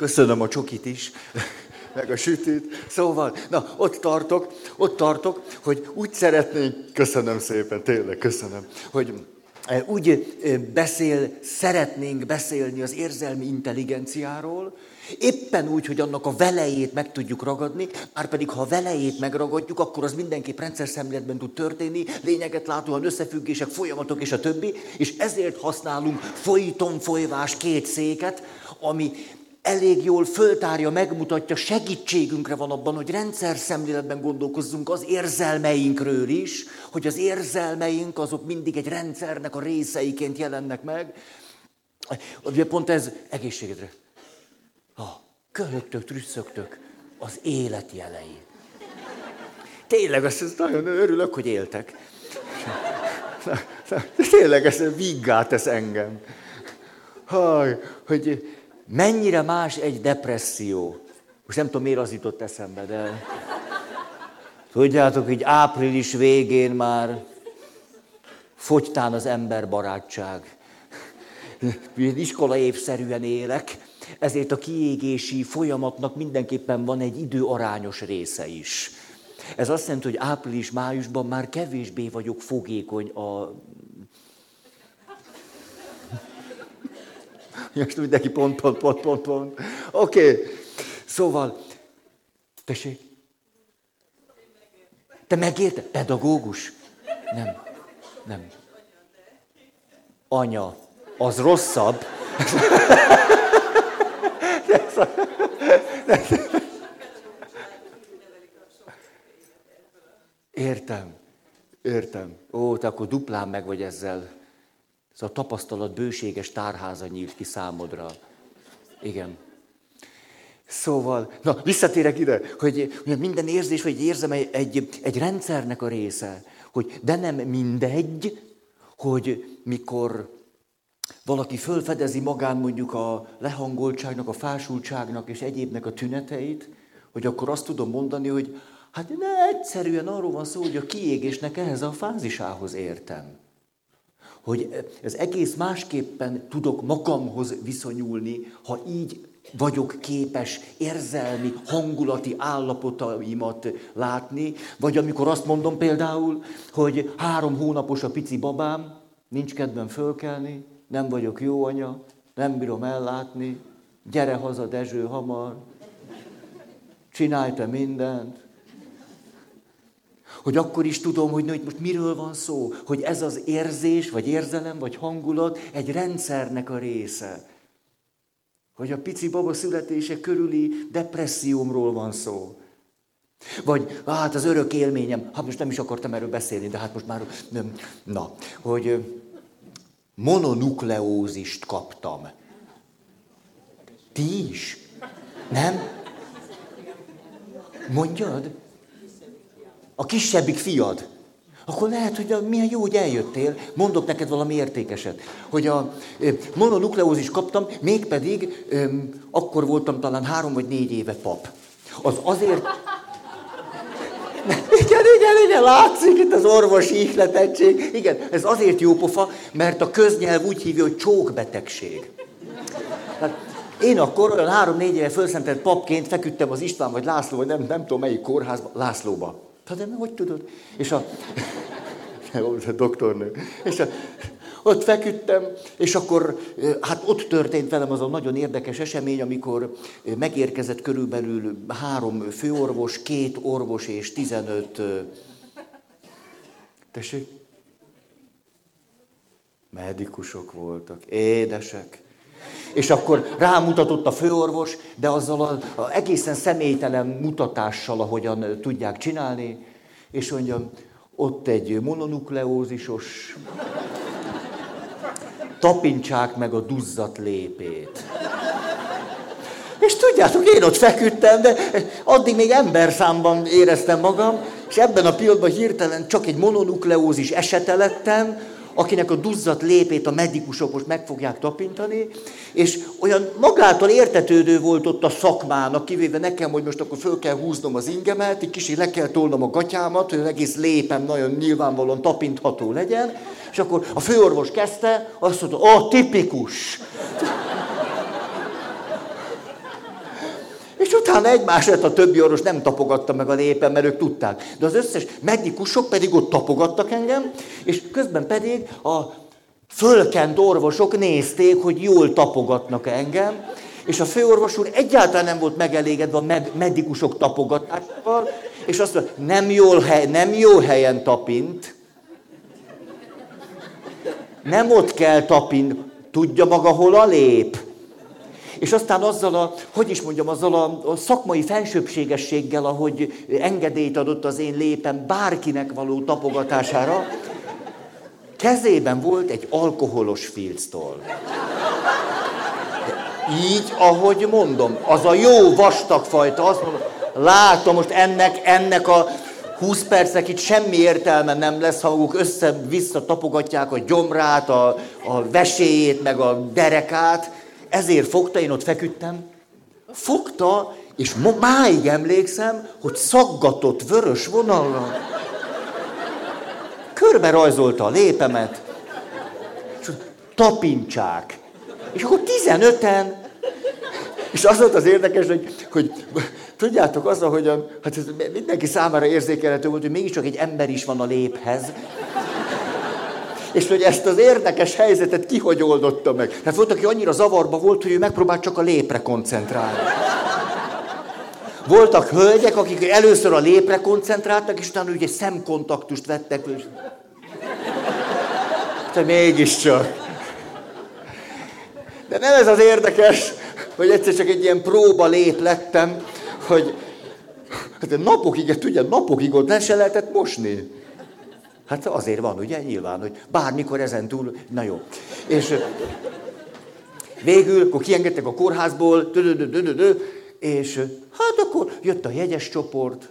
Köszönöm a csokit is, meg a sütőt. Szóval, na, ott tartok, hogy úgy szeretnénk, köszönöm szépen, tényleg köszönöm, hogy úgy szeretnénk beszélni az érzelmi intelligenciáról, éppen úgy, hogy annak a velejét meg tudjuk ragadni, márpedig ha a velejét megragadjuk, akkor az mindenképp rendszerszemléletben tud történni, lényeget látóan összefüggések, folyamatok és a többi, és ezért használunk folytonfolyvás két széket, ami elég jól föltárja, megmutatja, segítségünkre van abban, hogy rendszerszemléletben gondolkozzunk az érzelmeinkről is, hogy az érzelmeink azok mindig egy rendszernek a részeiként jelennek meg. Ugye pont ez egészségedre. Köhögtök, trüsszögtök, az élet jelei. Tényleg, azt nagyon örülök, hogy éltek. Tényleg, ez viggá tesz engem. Hogy mennyire más egy depresszió. Most nem tudom, miért az jutott eszembe, de... Tudjátok, így április végén már fogytán az emberbarátság. Iskolaévszerűen élek, ezért a kiégési folyamatnak mindenképpen van egy időarányos része is. Ez azt jelenti, hogy április-májusban már kevésbé vagyok fogékony a... Most mindenki pont. Oké. Szóval, tessék. Te megérted? Pedagógus? Nem. Anya. Az rosszabb. Értem. Ó, te akkor duplán meg vagy ezzel. Ez a tapasztalat bőséges tárháza nyílt ki számodra. Igen. Szóval, na, visszatérek ide, hogy minden érzés, vagy érzem egy rendszernek a része. De nem mindegy, hogy mikor valaki fölfedezi magán mondjuk a lehangoltságnak, a fásultságnak és egyébnek a tüneteit, hogy akkor azt tudom mondani, hogy hát egyszerűen arról van szó, hogy a kiégésnek ehhez a fázisához értem. Hogy ez egész másképpen tudok magamhoz viszonyulni, ha így vagyok képes érzelmi, hangulati állapotaimat látni, vagy amikor azt mondom például, hogy 3 hónapos a pici babám, nincs kedvem fölkelni, nem vagyok jó anya, nem bírom ellátni, gyere haza Dezső hamar, csinálj te mindent. Hogy akkor is tudom, hogy most miről van szó, hogy ez az érzés, vagy érzelem, vagy hangulat egy rendszernek a része. Hogy a pici baba születése körüli depressziómról van szó. Vagy, hát az örök élményem, most nem is akartam erről beszélni, de hát most már, hogy mononukleózist kaptam. Ti is? Nem? Mondjad? A kisebbik fiad. Akkor lehet, hogy milyen jó, hogy eljöttél. Mondok neked valami értékeset. Hogy a mononukleózist kaptam, mégpedig akkor voltam talán 3 vagy 4 éve pap. Az azért... Igen, látszik itt az orvosi ihletettség. Igen, ez azért jó pofa, mert a köznyelv úgy hívja, hogy csókbetegség. Hát én akkor olyan 3-4 éve fölszentelt papként feküdtem az István vagy László, vagy nem tudom melyik kórházba, Lászlóba. De hogy tudod? És a doktornő. És ott feküdtem, és akkor hát ott történt velem az a nagyon érdekes esemény, amikor megérkezett körülbelül 3 főorvos, 2 orvos és 15... Tessék? Medikusok voltak, édesek. És akkor rámutatott a főorvos, de azzal az egészen személytelen mutatással, ahogyan tudják csinálni, és mondjam, ott egy mononukleózisos, tapintsák meg a duzzadt lépét. És tudjátok, én ott feküdtem, de addig még emberszámban éreztem magam, és ebben a pillanatban hirtelen csak egy mononukleózis esete lettem, akinek a duzzadt lépét a medikusok most meg fogják tapintani, és olyan magától értetődő volt ott a szakmának, kivéve nekem, hogy most akkor föl kell húznom az ingemet, egy kicsit le kell tolnom a gatyámat, hogy az egész lépem nagyon nyilvánvalóan tapintható legyen, és akkor a főorvos kezdte, azt mondta, tipikus! utána egymását a többi orvos nem tapogatta meg a lépem, mert ők tudták. De az összes medikusok pedig ott tapogattak engem, és közben pedig a fölkent orvosok nézték, hogy jól tapogatnak engem, és a főorvos úr egyáltalán nem volt megelégedve a medikusok tapogatásával, és azt mondta, nem jó helyen tapint, nem ott kell tapint, tudja maga hol a lép. És aztán azzal a szakmai fensőbbségességgel, ahogy engedélyt adott az én lépem bárkinek való tapogatására, kezében volt egy alkoholos filctoll. Így, ahogy mondom, az a jó vastag fajta, azt mondom, látom, most ennek a 20 percnek itt semmi értelme nem lesz, ha maguk össze-vissza tapogatják a gyomrát, a veséjét, meg a derekát. Ezért fogta, én ott feküdtem, fogta, és máig emlékszem, hogy szaggatott vörös vonallal. Körbe rajzolta a lépemet, és tapintsák. És akkor 15-en, és az volt az érdekes, hogy tudjátok azzal, hogy hát ez mindenki számára érzékelhető volt, hogy mégiscsak egy ember is van a léphez. És hogy ezt az érdekes helyzetet ki hogy oldotta meg. Tehát volt, aki annyira zavarba volt, hogy ő megpróbált csak a lépre koncentrálni. Voltak hölgyek, akik először a lépre koncentráltak, és utána ugye szemkontaktust vettek. És... Te mégiscsak. De nem ez az érdekes, hogy egyszer csak egy ilyen próba lép lettem, hogy hát napokig ott nem se lehetett mosni. Hát azért van, ugye, nyilván, hogy bármikor ezentúl, na jó. És végül, akkor kiengedtek a kórházból, és hát akkor jött a jegyes csoport.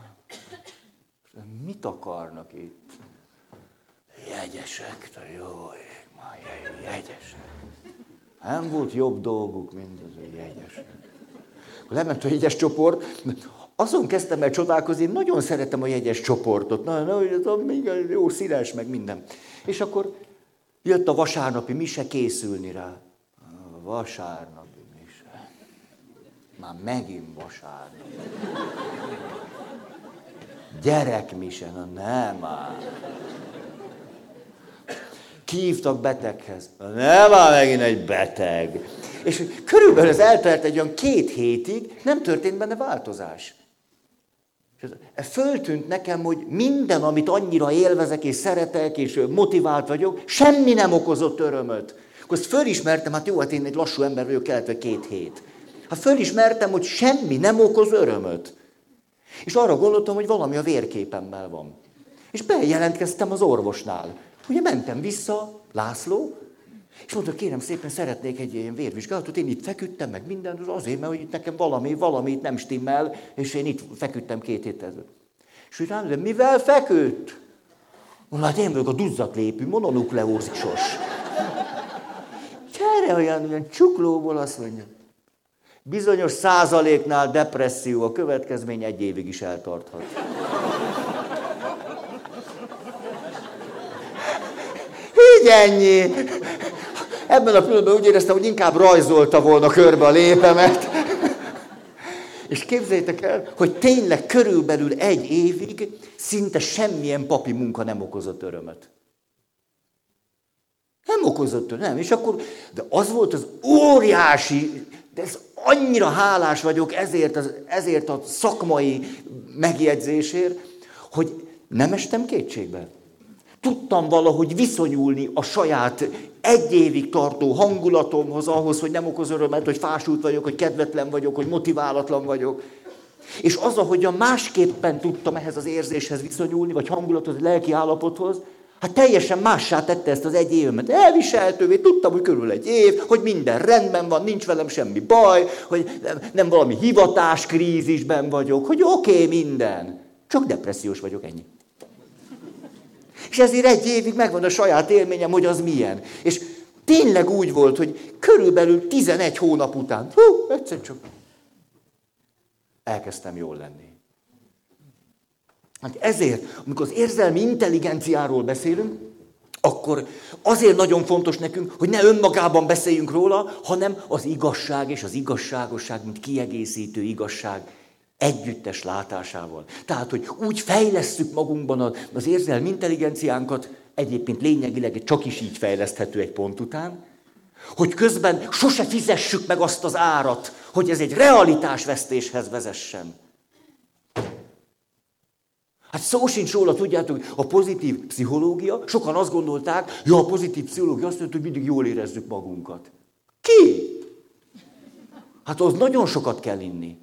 Mit akarnak itt? Jegyesek, te jó ég, már jegyesek. Nem volt jobb dolguk, mint az a jegyesek. Akkor lement a jegyes csoport, azon kezdtem el csodálkozni, én nagyon szeretem a jegyes csoportot. Na, jó színes, meg minden. És akkor jött a vasárnapi mise, készülni rá. A vasárnapi mise. Már megint vasárnapi. Gyerekmise, na nem már. Kihívtak beteghez. Na nem már megint egy beteg. És körülbelül ez eltelt egy olyan 2 hétig, nem történt benne változás. És föltűnt nekem, hogy minden, amit annyira élvezek és szeretek, és motivált vagyok, semmi nem okozott örömöt. Akkor ezt fölismertem, hát jó, hát én egy lassú ember vagyok, kellett 2 hét. Hát fölismertem, hogy semmi nem okoz örömöt. És arra gondoltam, hogy valami a vérképemmel van. És bejelentkeztem az orvosnál. Ugye mentem vissza, László, és mondta, kérem szépen, szeretnék egy ilyen vérvizsgálatot, én itt feküdtem, meg minden, azért, mert hogy itt nekem valamit nem stimmel, és én itt feküdtem 2 héttel ezelőtt. És úgy rám, de mivel feküdt? Mondom, hát én vagyok a duzzadt lépű, mononukleózisos. És erre olyan csuklóból azt mondja, bizonyos százaléknál depresszió, a következmény 1 évig is eltarthat. Így ennyi. Ebben a pillanatban úgy éreztem, hogy inkább rajzolta volna körbe a lépemet. És képzeljétek el, hogy tényleg körülbelül 1 évig szinte semmilyen papi munka nem okozott örömöt. Nem okozott örömöt, nem. És akkor, de az volt az óriási, de ez annyira hálás vagyok ezért a szakmai megjegyzésért, hogy nem estem kétségbe. Tudtam valahogy viszonyulni a saját 1 évig tartó hangulatomhoz, ahhoz, hogy nem okoz örömet, hogy fásult vagyok, hogy kedvetlen vagyok, hogy motiválatlan vagyok. És az, ahogyan másképpen tudtam ehhez az érzéshez viszonyulni, vagy hangulathoz, vagy lelki állapothoz, hát teljesen mássá tette ezt az 1 évemet. Elviselhetővé, tudtam, hogy körül 1 év, hogy minden rendben van, nincs velem semmi baj, hogy nem valami hivatáskrízisben vagyok, hogy oké, minden. Csak depressziós vagyok, ennyi. És ezért 1 évig megvan a saját élményem, hogy az milyen. És tényleg úgy volt, hogy körülbelül 11 hónap után, egyszer csak elkezdtem jól lenni. Hát ezért, amikor az érzelmi intelligenciáról beszélünk, akkor azért nagyon fontos nekünk, hogy ne önmagában beszéljünk róla, hanem az igazság és az igazságosság, mint kiegészítő igazság együttes látásával. Tehát, hogy úgy fejlesszük magunkban az érzelmi intelligenciánkat, egyébként lényegileg csak is így fejleszthető egy pont után, hogy közben sose fizessük meg azt az árat, hogy ez egy realitásvesztéshez vezessen. Hát szó sincs róla, tudjátok, a pozitív pszichológia, sokan azt gondolták, a pozitív pszichológia azt mondja, hogy mindig jól érezzük magunkat. Ki? Hát az nagyon sokat kell inni.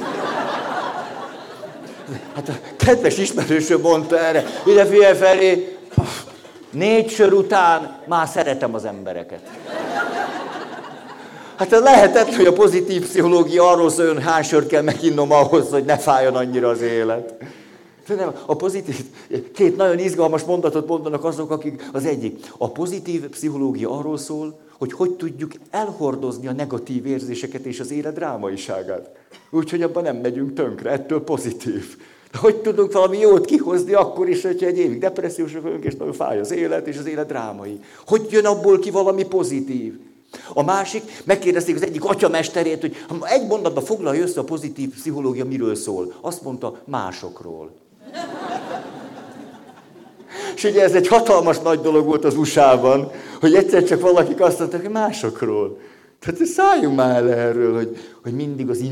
Hát a kedves ismerősöm mondta erre, ide figyelj felé, 4 sör után már szeretem az embereket. Hát lehetett, hogy a pozitív pszichológia arról szól, hogy hány sört kell meginnom ahhoz, hogy ne fájjon annyira az élet. De nem, a pozitív, 2 nagyon izgalmas mondatot mondanak azok, akik az egyik. A pozitív pszichológia arról szól, hogy tudjuk elhordozni a negatív érzéseket és az élet drámaiságát. Úgyhogy abban nem megyünk tönkre, ettől pozitív. Hogy tudunk valami jót kihozni akkor is, hogyha egy évig depressziósak vagyunk, és nagyon fáj az élet, és az élet drámai. Hogy jön abból ki valami pozitív? A másik, megkérdezték az egyik atyamesterét, hogy egy mondatban foglalja össze a pozitív pszichológia miről szól. Azt mondta, másokról. És ugye ez egy hatalmas nagy dolog volt az USA-ban, hogy egyszer csak valakik azt mondták, hogy másokról. Tehát szálljunk már el erről, hogy mindig az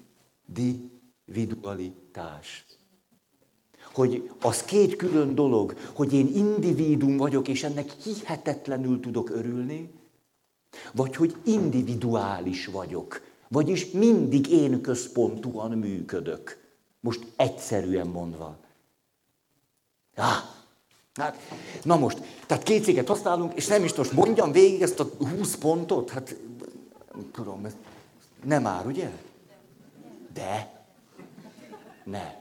individualitás. Hogy az 2 külön dolog, hogy én individuum vagyok, és ennek hihetetlenül tudok örülni, vagy hogy individuális vagyok, vagyis mindig én központúan működök. Most egyszerűen mondva. Na most, tehát 2 céget használunk, és nem is most mondjam végig ezt a 20 pontot? Hát, nem tudom, nem már, ugye? De. Ne.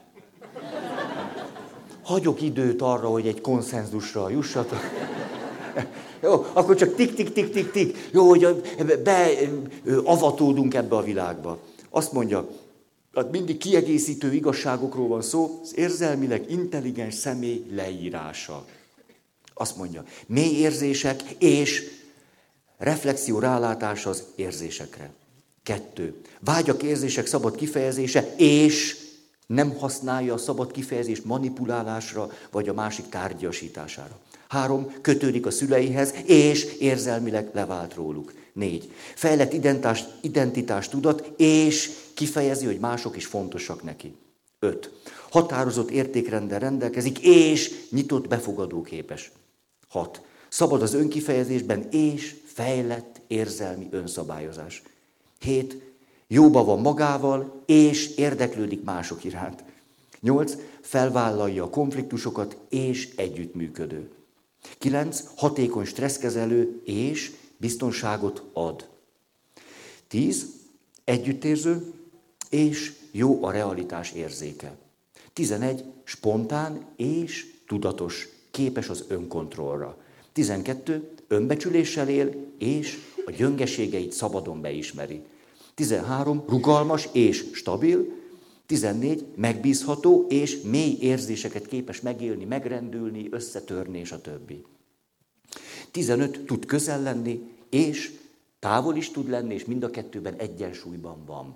Hagyok időt arra, hogy egy konszenzusra jussatok. Jó, akkor csak tik. Jó, hogy beavatódunk ebbe a világba. Azt mondja, hát mindig kiegészítő igazságokról van szó, az érzelmileg intelligens személy leírása. Azt mondja, mély érzések és reflexió rálátása az érzésekre. 2. Vágyak, érzések szabad kifejezése, és nem használja a szabad kifejezést manipulálásra, vagy a másik tárgyasítására. 3. Kötődik a szüleihez, és érzelmileg levált róluk. 4. Fejlett identitás tudat, és kifejezi, hogy mások is fontosak neki. 5. Határozott értékrenddel rendelkezik, és nyitott, befogadó képes. 6. Szabad az önkifejezésben, és fejlett érzelmi önszabályozás. 7. Jóba van magával, és érdeklődik mások iránt. 8. Felvállalja a konfliktusokat, és együttműködő. 9. Hatékony stresszkezelő, és biztonságot ad. 10. Együttérző, és jó a realitás érzéke. 11. Spontán és tudatos, képes az önkontrollra. 12. Önbecsüléssel él, és a gyöngeségeit szabadon beismeri. 13. Rugalmas és stabil. 14. Megbízható és mély érzéseket képes megélni, megrendülni, összetörni és a többi. 15. Tud közel lenni, és távol is tud lenni, és mind a kettőben egyensúlyban van.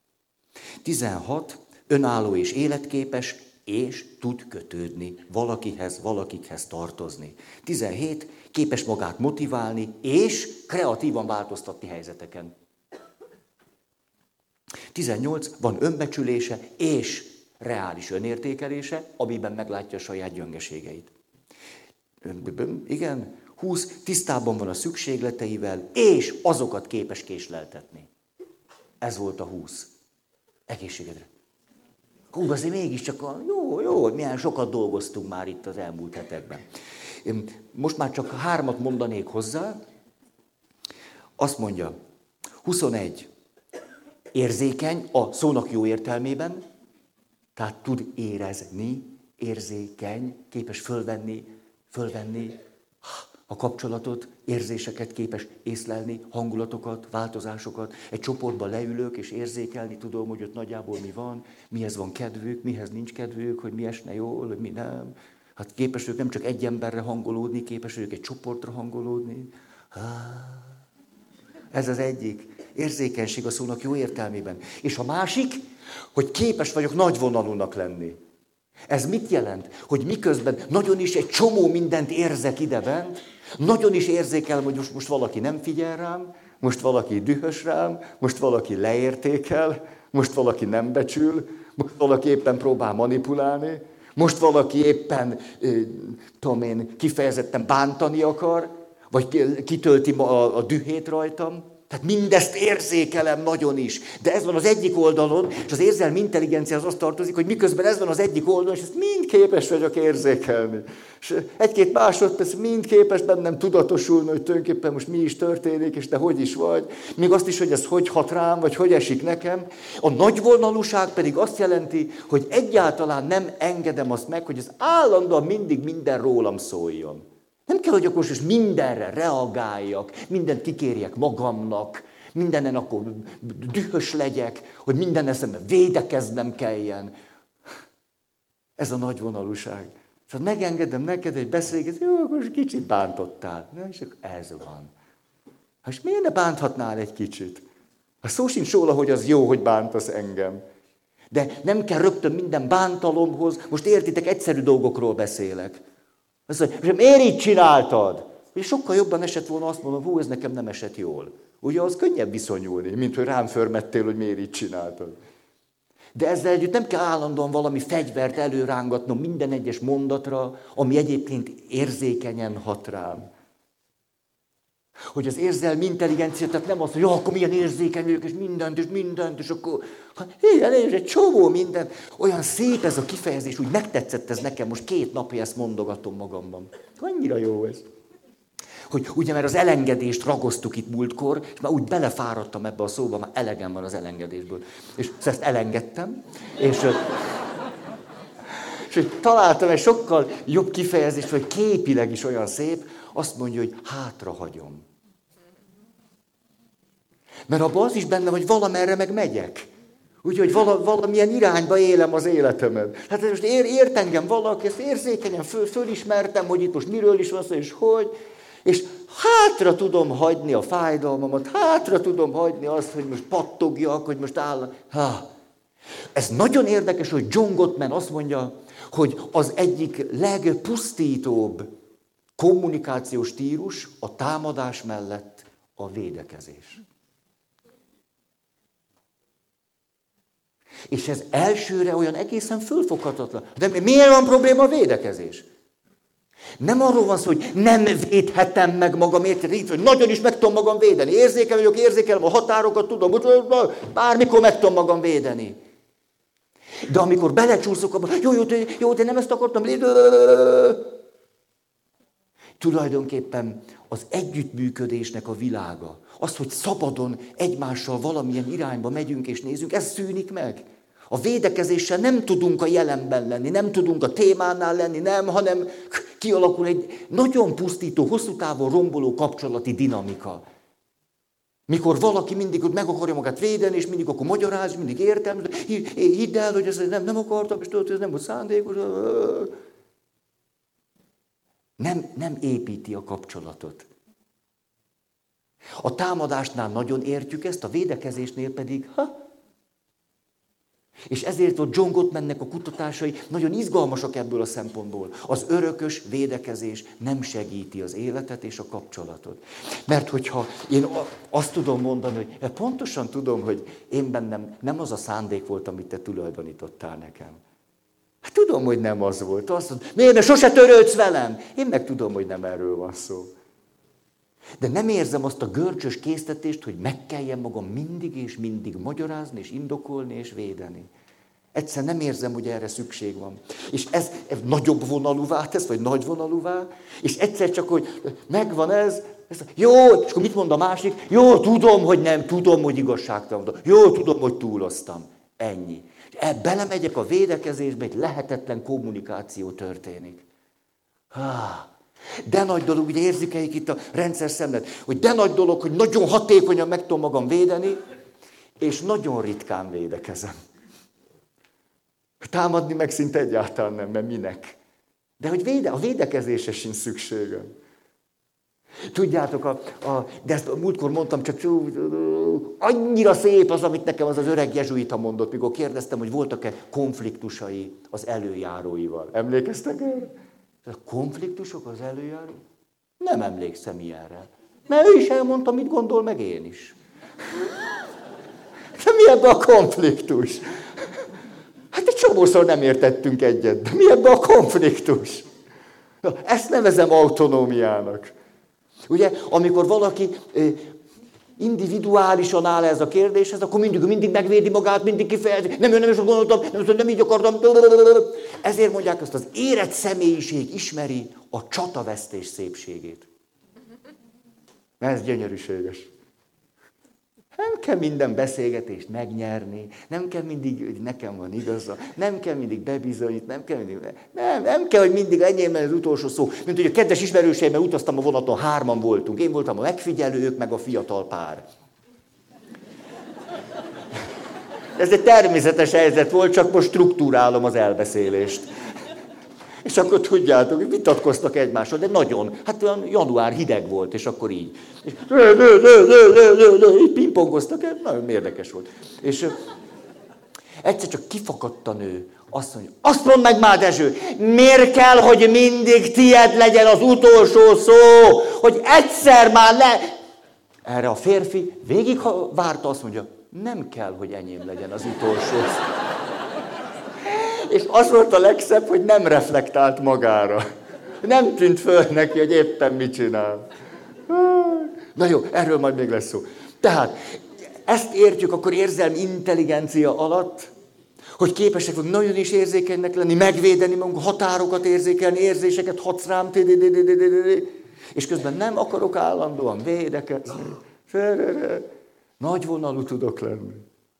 16. Önálló és életképes, és tud kötődni, valakikhez tartozni. 17. Képes magát motiválni, és kreatívan változtatni helyzeteken. 18. Van önbecsülése és reális önértékelése, amiben meglátja a saját gyöngeségeit. Igen. 20. Tisztában van a szükségleteivel, és azokat képes késleltetni. Ez volt a 20. Egészségedre. Azért mégiscsak jó, milyen sokat dolgoztunk már itt az elmúlt hetekben. Most már csak 3 mondanék hozzá. Azt mondja, 21. Érzékeny a szónak jó értelmében, tehát tud érezni, érzékeny, képes fölvenni a kapcsolatot, érzéseket képes észlelni, hangulatokat, változásokat. Egy csoportban leülök és érzékelni tudom, hogy ott nagyjából mi van, mihez van kedvük, mihez nincs kedvük, hogy mi esne jól, hogy mi nem. Hát képes vagyok nem csak egy emberre hangolódni, képes vagyok egy csoportra hangolódni. Ez az egyik. Érzékenység a szónak jó értelmében. És a másik, hogy képes vagyok nagyvonalúnak lenni. Ez mit jelent? Hogy miközben nagyon is egy csomó mindent érzek idebent, nagyon is érzékelem, hogy most valaki nem figyel rám, most valaki dühös rám, most valaki leértékel, most valaki nem becsül, most valaki éppen próbál manipulálni, most valaki éppen, kifejezetten bántani akar, vagy kitölti a dühét rajtam. Tehát mindezt érzékelem nagyon is. De ez van az egyik oldalon, és az érzelmi intelligenciához az tartozik, hogy miközben ez van az egyik oldalon, és ezt mind képes vagyok érzékelni. És egy-két másodperc mind képes bennem tudatosulni, hogy tulajdonképpen most mi is történik, és te hogy is vagy. Még azt is, hogy ez hogy hat rám, vagy hogy esik nekem. A nagyvonalúság pedig azt jelenti, hogy egyáltalán nem engedem azt meg, hogy ez állandóan mindig minden rólam szóljon. Nem kell, hogy akkor most mindenre reagáljak, mindent kikérjek magamnak, mindenen akkor dühös legyek, hogy minden eszembe védekeznem kelljen. Ez a nagyvonalúság. Szóval megengedem neked, hogy beszélgetsz, jó, akkor kicsit bántottál. Na, és akkor ez van. Hát miért ne bánthatnál egy kicsit? A szó sincs róla, hogy az jó, hogy bántasz engem. De nem kell rögtön minden bántalomhoz, most értitek, egyszerű dolgokról beszélek. Azt mondja, miért így csináltad? És sokkal jobban esett volna azt mondom, hú, ez nekem nem esett jól. Ugye az könnyebb viszonyulni, mint hogy rám förmettél, hogy miért így csináltad. De ezzel együtt nem kell állandóan valami fegyvert előrángatnom minden egyes mondatra, ami egyébként érzékenyen hat rám. Hogy az érzelmi intelligencia, tehát nem az, hogy akkor milyen érzékeny vagyok, és mindent, és akkor... Igen, és egy csomó minden. Olyan szép ez a kifejezés, úgy megtetszett ez nekem, most 2 napja ezt mondogatom magamban. Annyira jó ez. Hogy ugye, mert az elengedést ragoztuk itt múltkor, és már úgy belefáradtam ebbe a szóba, már elegem van az elengedésből. És ezt elengedtem, és találtam egy sokkal jobb kifejezést, vagy képileg is olyan szép, azt mondja, hogy hátrahagyom. Mert abban az is benne, hogy valamerre meg megyek. Úgyhogy valamilyen irányba élem az életemet. Hát most ért engem valaki, ezt érzékenyen fölismertem, hogy itt most miről is van szó, és hogy. És hátra tudom hagyni a fájdalmamat, hátra tudom hagyni azt, hogy most pattogjak, hogy most áll. Ez nagyon érdekes, hogy John Gottman azt mondja, hogy az egyik legpusztítóbb kommunikációs stílus a támadás mellett a védekezés. És ez elsőre olyan egészen fölfoghatatlan. De miért van probléma a védekezés? Nem arról van szó, hogy nem védhetem meg magam, érted? Hogy nagyon is meg tudom magam védeni. Érzékelem a határokat, tudom, bármikor meg tudom magam védeni. De amikor belecsúszok abba, jó, de nem ezt akartam. Tulajdonképpen az együttműködésnek a világa, az, hogy szabadon egymással valamilyen irányba megyünk és nézünk, ez szűnik meg. A védekezéssel nem tudunk a jelenben lenni, nem tudunk a témánál lenni, hanem kialakul egy nagyon pusztító, hosszú távon romboló kapcsolati dinamika. Mikor valaki mindig meg akarja magát védeni, és mindig akkor magyaráz, mindig értem, hidd el, hogy ezt nem akartam, és tudod, hogy ez nem volt szándékos. Nem építi a kapcsolatot. A támadásnál nagyon értjük ezt, a védekezésnél pedig, És ezért volt John Gottmannek a kutatásai nagyon izgalmasak ebből a szempontból. Az örökös védekezés nem segíti az életet és a kapcsolatot. Mert hogyha én azt tudom mondani, hogy pontosan tudom, hogy én bennem nem az a szándék volt, amit te tulajdonítottál nekem. Hát tudom, hogy nem az volt. Azt mondod, miért sose törődsz velem? Én meg tudom, hogy nem erről van szó. De nem érzem azt a görcsös késztetést, hogy meg kelljen magam mindig és mindig magyarázni, és indokolni, és védeni. Egyszerűen nem érzem, hogy erre szükség van. És ez nagyobb vonalúvá tesz, vagy nagy vonalúvá, és egyszer csak, hogy megvan ez jó, és akkor mit mond a másik? Jó, tudom, hogy nem, tudom, hogy igazságtalan. Jó, tudom, hogy túloztam. Ennyi. Belemegyek a védekezésbe, egy lehetetlen kommunikáció történik. De nagy dolog, ugye érzékeljük itt a rendszer szemlet, hogy de nagy dolog, hogy nagyon hatékonyan meg tudom magam védeni, és nagyon ritkán védekezem. Támadni meg szinte egyáltalán nem, mert minek? De hogy a védekezésre sincs szükségem. Tudjátok, de ezt múltkor mondtam, csak annyira szép az, amit nekem az öreg jezsuita mondott, mikor kérdeztem, hogy voltak-e konfliktusai az előjáróival. Emlékeztek erre? Konfliktusok az előjáró? Nem emlékszem ilyenre. Mert ő is elmondta, mit gondol, meg én is. De mi ebben a konfliktus? Hát egy csomószor nem értettünk egyet, de mi ebben a konfliktus? Ezt nevezem autonómiának. Ugye, amikor valaki individuálisan áll ez a kérdéshez, akkor mindig megvédi magát, mindig kifejezi, nem is gondoltam, nem így akartam. Ezért mondják azt, az érett személyiség ismeri a csatavesztés szépségét. Ez gyönyörűséges. Nem kell minden beszélgetést megnyerni, nem kell mindig, hogy nekem van igaza, nem kell mindig bebizonyítani, nem kell, hogy mindig enyém az utolsó szó. Mint hogy a kedves ismerőseimmel utaztam a vonaton, 3-an voltunk. Én voltam a megfigyelő, ők meg a fiatal pár. Ez egy természetes helyzet volt, csak most struktúrálom az elbeszélést. És akkor tudjátok, hogy vitatkoztak egymással, de nagyon. Hát olyan január hideg volt, és akkor így. És így pingpongoztak, nagyon érdekes volt. És egyszer csak kifakadt a nő. Azt mondd meg már, Dezső, miért kell, hogy mindig tied legyen az utolsó szó? Hogy egyszer már Erre a férfi végig várta, azt mondja, nem kell, hogy enyém legyen az utolsó szó. És az volt a legszebb, hogy nem reflektált magára. Nem tűnt föl neki, hogy éppen mit csinál. Na jó, erről majd még lesz szó. Tehát, ezt értjük akkor érzelmi intelligencia alatt, hogy képesek vagyunk nagyon is érzékenynek lenni, megvédeni magunk, határokat érzékelni, érzéseket hatsz rám, és közben nem akarok állandóan védekezni. Nagyvonalú tudok lenni.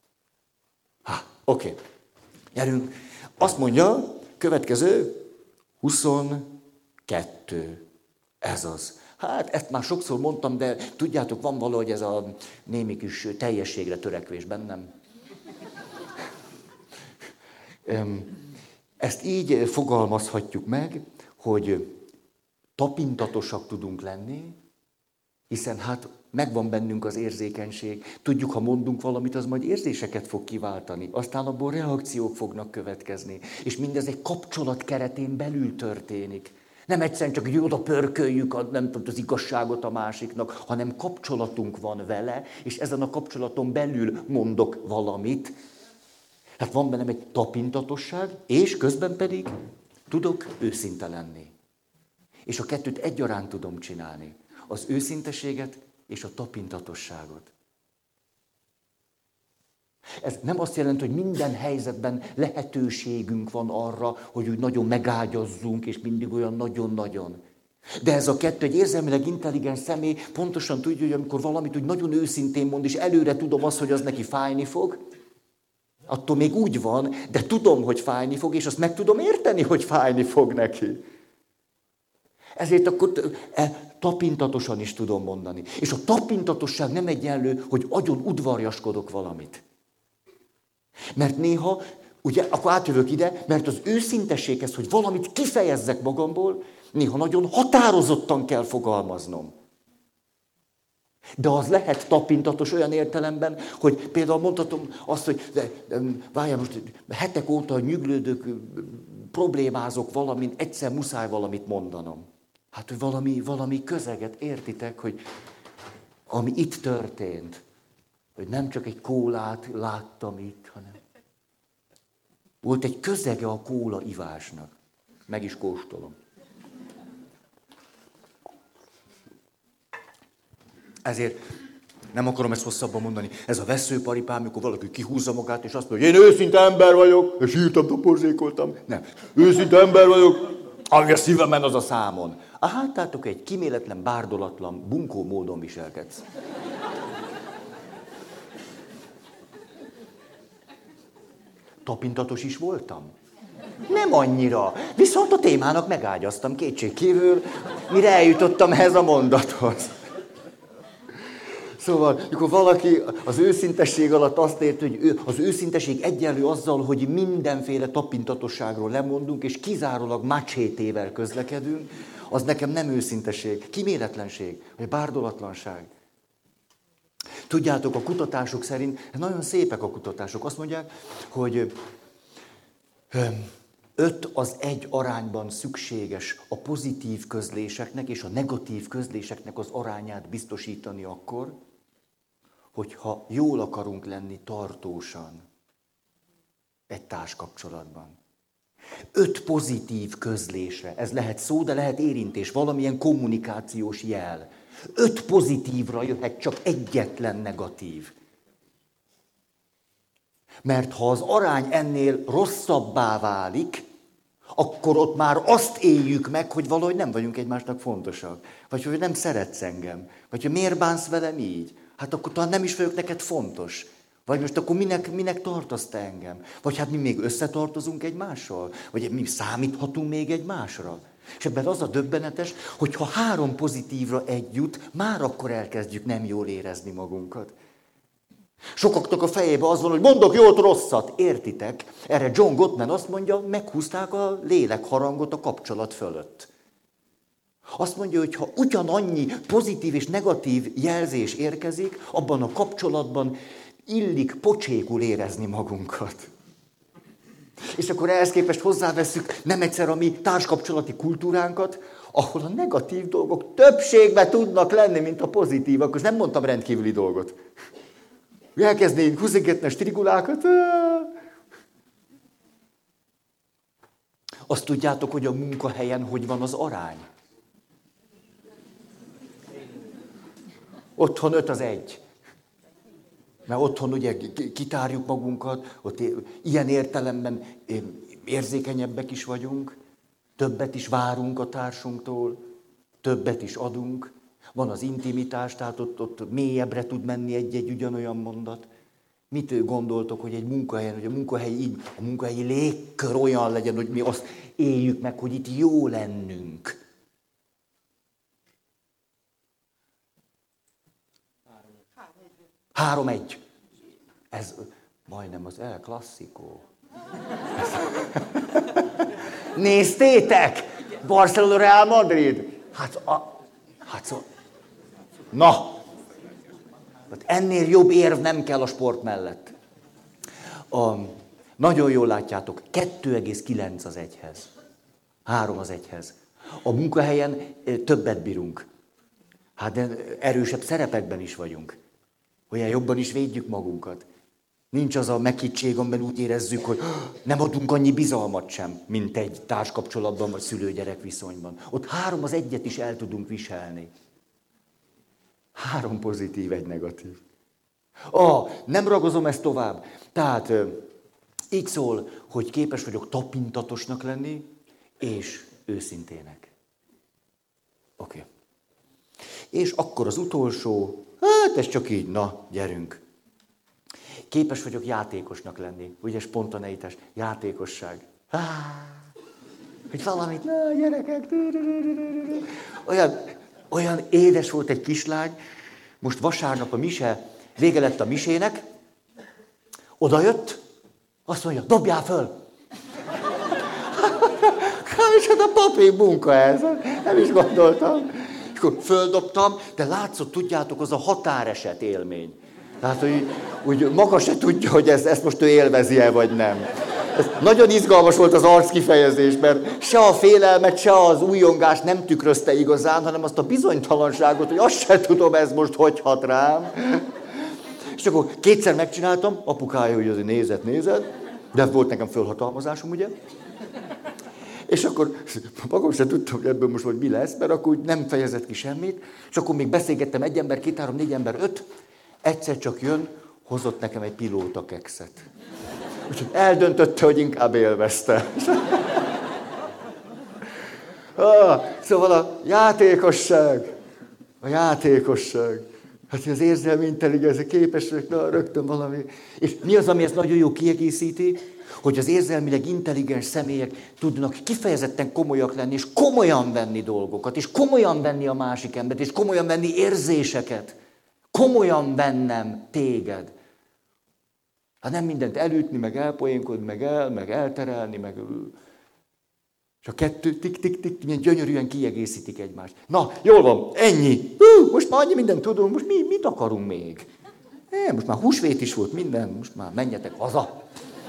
Oké. Gyerünk. Azt mondja, következő, 22. Ez az. Hát ezt már sokszor mondtam, de tudjátok, van valahogy ez a némi kis teljességre törekvés bennem. Ezt így fogalmazhatjuk meg, hogy tapintatosak tudunk lenni, hiszen hát megvan bennünk az érzékenység. Tudjuk, ha mondunk valamit, az majd érzéseket fog kiváltani. Aztán abból reakciók fognak következni. És mindez egy kapcsolat keretén belül történik. Nem egyszerűen csak, hogy oda pörköljük az igazságot a másiknak, hanem kapcsolatunk van vele, és ezen a kapcsolaton belül mondok valamit. Hát van bennem egy tapintatosság, és közben pedig tudok őszinte lenni. És a kettőt egyaránt tudom csinálni. Az őszinteséget és a tapintatosságot. Ez nem azt jelenti, hogy minden helyzetben lehetőségünk van arra, hogy úgy nagyon megágyazzunk, és mindig olyan nagyon-nagyon. De ez a kettő, egy érzelmileg intelligens személy pontosan tudja, hogy amikor valamit úgy nagyon őszintén mond, és előre tudom azt, hogy az neki fájni fog, attól még úgy van, de tudom, hogy fájni fog, és azt meg tudom érteni, hogy fájni fog neki. Ezért akkor tapintatosan is tudom mondani. És a tapintatosság nem egyenlő, hogy agyon udvarjaskodok valamit. Mert néha, ugye, akkor átjövök ide, mert az őszintességhez, hogy valamit kifejezzek magamból, néha nagyon határozottan kell fogalmaznom. De az lehet tapintatos olyan értelemben, hogy például mondhatom azt, hogy várjál most, hetek óta nyüglődök, problémázok valamin, egyszer muszáj valamit mondanom. Hát, hogy valami közeget értitek, hogy ami itt történt, hogy nem csak egy kólát láttam itt, hanem volt egy közege a kóla ivásnak. Meg is kóstolom. Ezért nem akarom ezt hosszabban mondani. Ez a veszőparipám, amikor valaki kihúzza magát, és azt mondja, hogy én őszinte ember vagyok, és írtam, toporzékoltam. Nem, őszinte ember vagyok, ami a szívemen, az a számon. A hátátok egy kiméletlen, bárdolatlan, bunkó módon viselkedsz. Tapintatos is voltam? Nem annyira. Viszont a témának megágyaztam kétségkívül, mire eljutottam ehhez a mondathoz. Szóval, amikor valaki az őszintesség alatt azt érti, hogy az őszintesség egyenlő azzal, hogy mindenféle tapintatosságról lemondunk, és kizárólag macsétével közlekedünk, az nekem nem őszintesség, kíméletlenség, vagy bárdolatlanság. Tudjátok, a kutatások szerint, nagyon szépek a kutatások, azt mondják, hogy 5:1 arányban szükséges a pozitív közléseknek és a negatív közléseknek az arányát biztosítani akkor, hogyha jól akarunk lenni tartósan egy társkapcsolatban. 5 pozitív közlésre, ez lehet szó, de lehet érintés, valamilyen kommunikációs jel. 5 pozitívra jöhet csak egyetlen negatív. Mert ha az arány ennél rosszabbá válik, akkor ott már azt éljük meg, hogy valahogy nem vagyunk egymásnak fontosak. Vagy hogy nem szeretsz engem. Vagy hogy miért bánsz velem így. Hát akkor talán nem is vagyok neked fontos. Vagy most akkor minek tartasz te engem? Vagy hát mi még összetartozunk egymással? Vagy mi számíthatunk még egymásra? És ebben az a döbbenetes, hogy ha 3 pozitívra egy jut, már akkor elkezdjük nem jól érezni magunkat. Sokaknak a fejébe az van, hogy mondok jót, rosszat. Értitek? Erre John Gottman azt mondja, meghúzták a lélekharangot a kapcsolat fölött. Azt mondja, hogy ha ugyanannyi pozitív és negatív jelzés érkezik, abban a kapcsolatban illik pocsékul érezni magunkat. És akkor ehhez képest hozzáveszünk nem egyszer a mi társkapcsolati kultúránkat, ahol a negatív dolgok többségben tudnak lenni, mint a pozitívak. És nem mondtam rendkívüli dolgot. Elkezdnénk húzigetni a strigulákat. Azt tudjátok, hogy a munkahelyen hogy van az arány? Otthon 5:1. Mert otthon ugye kitárjuk magunkat, ott ilyen értelemben érzékenyebbek is vagyunk, többet is várunk a társunktól, többet is adunk. Van az intimitás, tehát ott mélyebbre tud menni egy ugyanolyan mondat. Mit gondoltok, hogy egy munkahelyen, hogy a munkahelyi légkör olyan legyen, hogy mi azt éljük meg, hogy itt jó lennünk? 3:1. Ez majdnem az El Clasico. Néztétek? Barcelona Real Madrid? Na! Ennél jobb érv nem kell a sport mellett. Nagyon jól látjátok, 2,9 az 1-hez. 3 az 1-hez. A munkahelyen többet bírunk. Hát de erősebb szerepekben is vagyunk. Olyan jobban is védjük magunkat. Nincs az a meghittség, amiben úgy érezzük, hogy nem adunk annyi bizalmat sem, mint egy társkapcsolatban vagy szülő-gyerek viszonyban. Ott 3 az 1-et is el tudunk viselni. 3 pozitív, 1 negatív. Nem ragozom ezt tovább. Tehát így szól, hogy képes vagyok tapintatosnak lenni, és őszintének. Oké. És akkor az utolsó, ez csak így, na, gyerünk. Képes vagyok játékosnak lenni. Ugye spontaneitás, játékosság. Hogy valamit, na, gyerekek. Olyan édes volt egy kislány, most vasárnap a mise, vége lett a misének, odajött, azt mondja, dobjál föl! És hát a papír munka ez, nem is gondoltam. És akkor földobtam, de látszott, tudjátok, az a határeset élmény. Tehát, hogy maga se tudja, hogy ezt most ő élvezi-e, vagy nem. Ez nagyon izgalmas volt az arckifejezés, mert se a félelmet, se az újongást nem tükrözte igazán, hanem azt a bizonytalanságot, hogy azt se tudom, ez most hogy hat rám. És akkor 2-szer megcsináltam, apukája ugye azért nézett, de volt nekem fölhatalmazásom, ugye? És akkor magam sem tudtam, hogy ebből most vagy mi lesz, mert akkor úgy nem fejezett ki semmit, és akkor még beszélgettem 1 ember, 2, 3, 4 ember, 5, egyszer csak jön, hozott nekem egy pilóta kekszet. Úgyhogy eldöntötte, hogy inkább élvezte. Szóval a játékosság. Hát az érzelmi intelligencia képes, na, rögtön valami. És mi az, ami ezt nagyon jó kiegészíti? Hogy az érzelmileg intelligens személyek tudnak kifejezetten komolyak lenni, és komolyan venni dolgokat, és komolyan venni a másik embert, és komolyan venni érzéseket. komolyan vennem téged. Hát nem mindent elütni, meg elpoénkodni, meg elterelni, meg... És a kettő tik-tik-tik, milyen gyönyörűen kiegészítik egymást. Na, jól van, ennyi. Most már annyi mindent tudunk, most mit akarunk még? Most már húsvét is volt minden, most már menjetek haza.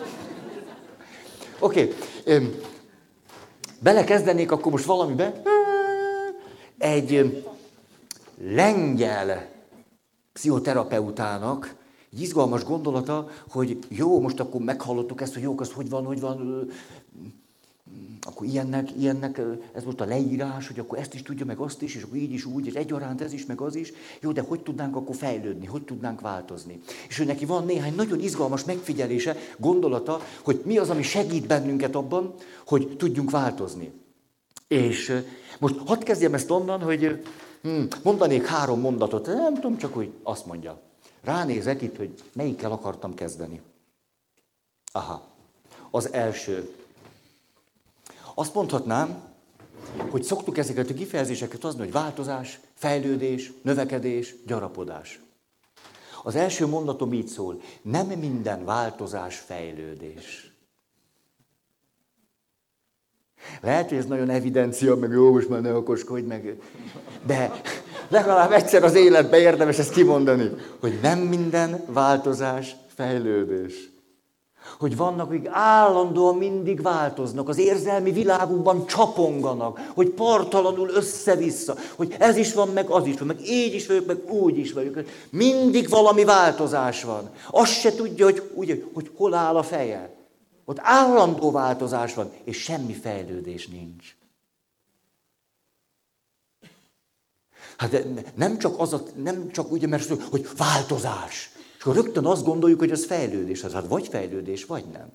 Oké. Belekezdenék akkor most valamibe. Egy lengyel pszichoterapeutának egy izgalmas gondolata, hogy jó, most akkor meghallottuk ezt, hogy jó, az hogy van, akkor ilyennek, ez most a leírás, hogy akkor ezt is tudja, meg azt is, és akkor így is, úgy, és egyaránt ez is, meg az is. Jó, de hogy tudnánk akkor fejlődni, hogy tudnánk változni? És hogy neki van néhány nagyon izgalmas megfigyelése, gondolata, hogy mi az, ami segít bennünket abban, hogy tudjunk változni. És most hadd kezdjem ezt onnan, hogy mondanék 3 mondatot, nem tudom, csak hogy azt mondja. Ránézek itt, hogy melyikkel akartam kezdeni. Aha, az első. Azt mondhatnám, hogy szoktuk ezeket a kifejezéseket hozni, hogy változás, fejlődés, növekedés, gyarapodás. Az első mondatom így szól, nem minden változás fejlődés. Lehet, hogy ez nagyon evidencia, meg jó, most már ne okoskodj, meg... De legalább egyszer az életben érdemes ezt kimondani, hogy nem minden változás fejlődés. Hogy vannak, akik állandóan mindig változnak, az érzelmi világukban csaponganak, hogy partalanul össze-vissza, hogy ez is van, meg az is van, meg így is vagyok, meg úgy is vagyok. Mindig valami változás van. Azt se tudja, hogy hol áll a feje. Ott állandó változás van, és semmi fejlődés nincs. Hát nem csak ugye, mert hogy változás. És akkor rögtön azt gondoljuk, hogy ez fejlődés. Hát vagy fejlődés, vagy nem.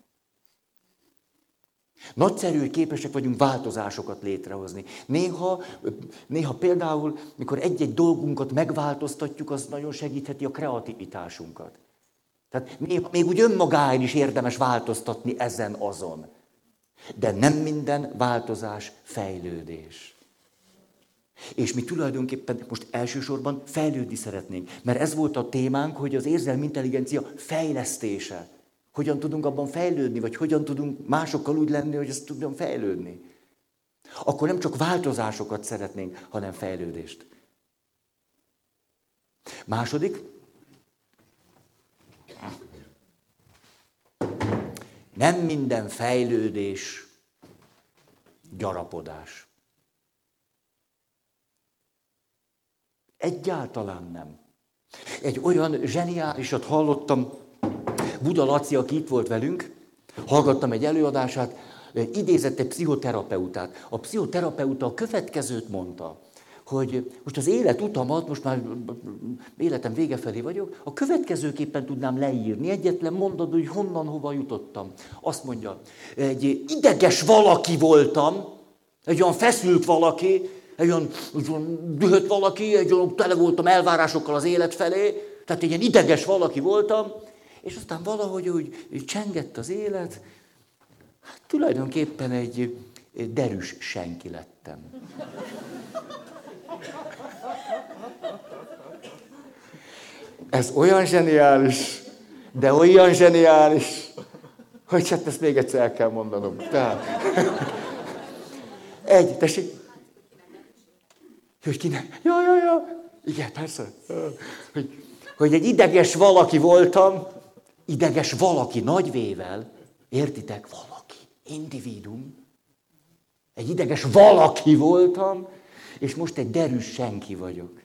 Nagyszerű, hogy képesek vagyunk változásokat létrehozni. Néha például, mikor egy-egy dolgunkat megváltoztatjuk, az nagyon segítheti a kreativitásunkat. Tehát még úgy önmagáért is érdemes változtatni ezen-azon. De nem minden változás fejlődés. És mi tulajdonképpen most elsősorban fejlődni szeretnénk. Mert ez volt a témánk, hogy az érzelmi intelligencia fejlesztése. Hogyan tudunk abban fejlődni, vagy hogyan tudunk másokkal úgy lenni, hogy ezt tudjon fejlődni. Akkor nem csak változásokat szeretnénk, hanem fejlődést. Második. Nem minden fejlődés gyarapodás. Egyáltalán nem. Egy olyan zseniálisat hallottam, Buda Laci, aki itt volt velünk, hallgattam egy előadását, idézett egy pszichoterapeutát. A pszichoterapeuta a következőt mondta, hogy most az életutamat, most már életem vége felé vagyok, a következőképpen tudnám leírni, egyetlen mondat, hogy honnan, hova jutottam. Azt mondja, egy ideges valaki voltam, egy olyan feszült valaki, egy olyan dühött valaki, egy olyan tele voltam elvárásokkal az élet felé, tehát egy ilyen ideges valaki voltam, és aztán valahogy úgy csengett az élet, hát tulajdonképpen egy derűs senki lettem. Ez olyan zseniális, de olyan zseniális, hogy hát ezt még egyszer el kell mondanom. Tehát, tessék. Hogy kinek? Ja. Igen, persze. Hogy egy ideges valaki voltam, ideges valaki nagy vével, értitek? Valaki, individuum. Egy ideges valaki voltam, és most egy derűs senki vagyok.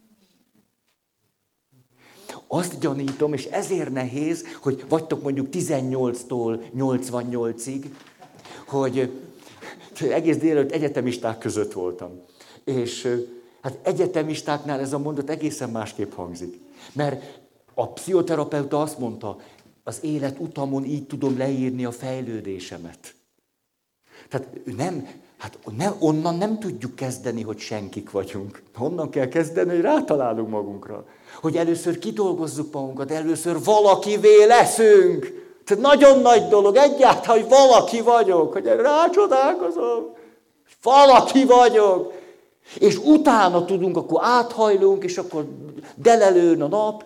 Azt gyanítom, és ezért nehéz, hogy vagytok mondjuk 18-tól 88-ig, hogy egész délelőtt egyetemisták között voltam. És hát egyetemistáknál ez a mondat egészen másképp hangzik. Mert a pszichoterapeuta azt mondta, az élet utamon így tudom leírni a fejlődésemet. Tehát onnan nem tudjuk kezdeni, hogy senkik vagyunk. Onnan kell kezdeni, hogy rátalálunk magunkra. Hogy először kidolgozzuk magunkat, először valakivé leszünk. Tehát nagyon nagy dolog egyáltalán, hogy valaki vagyok, hogy rácsodálkozom. Valaki vagyok. És utána tudunk, akkor áthajlunk, és akkor delelőn a nap,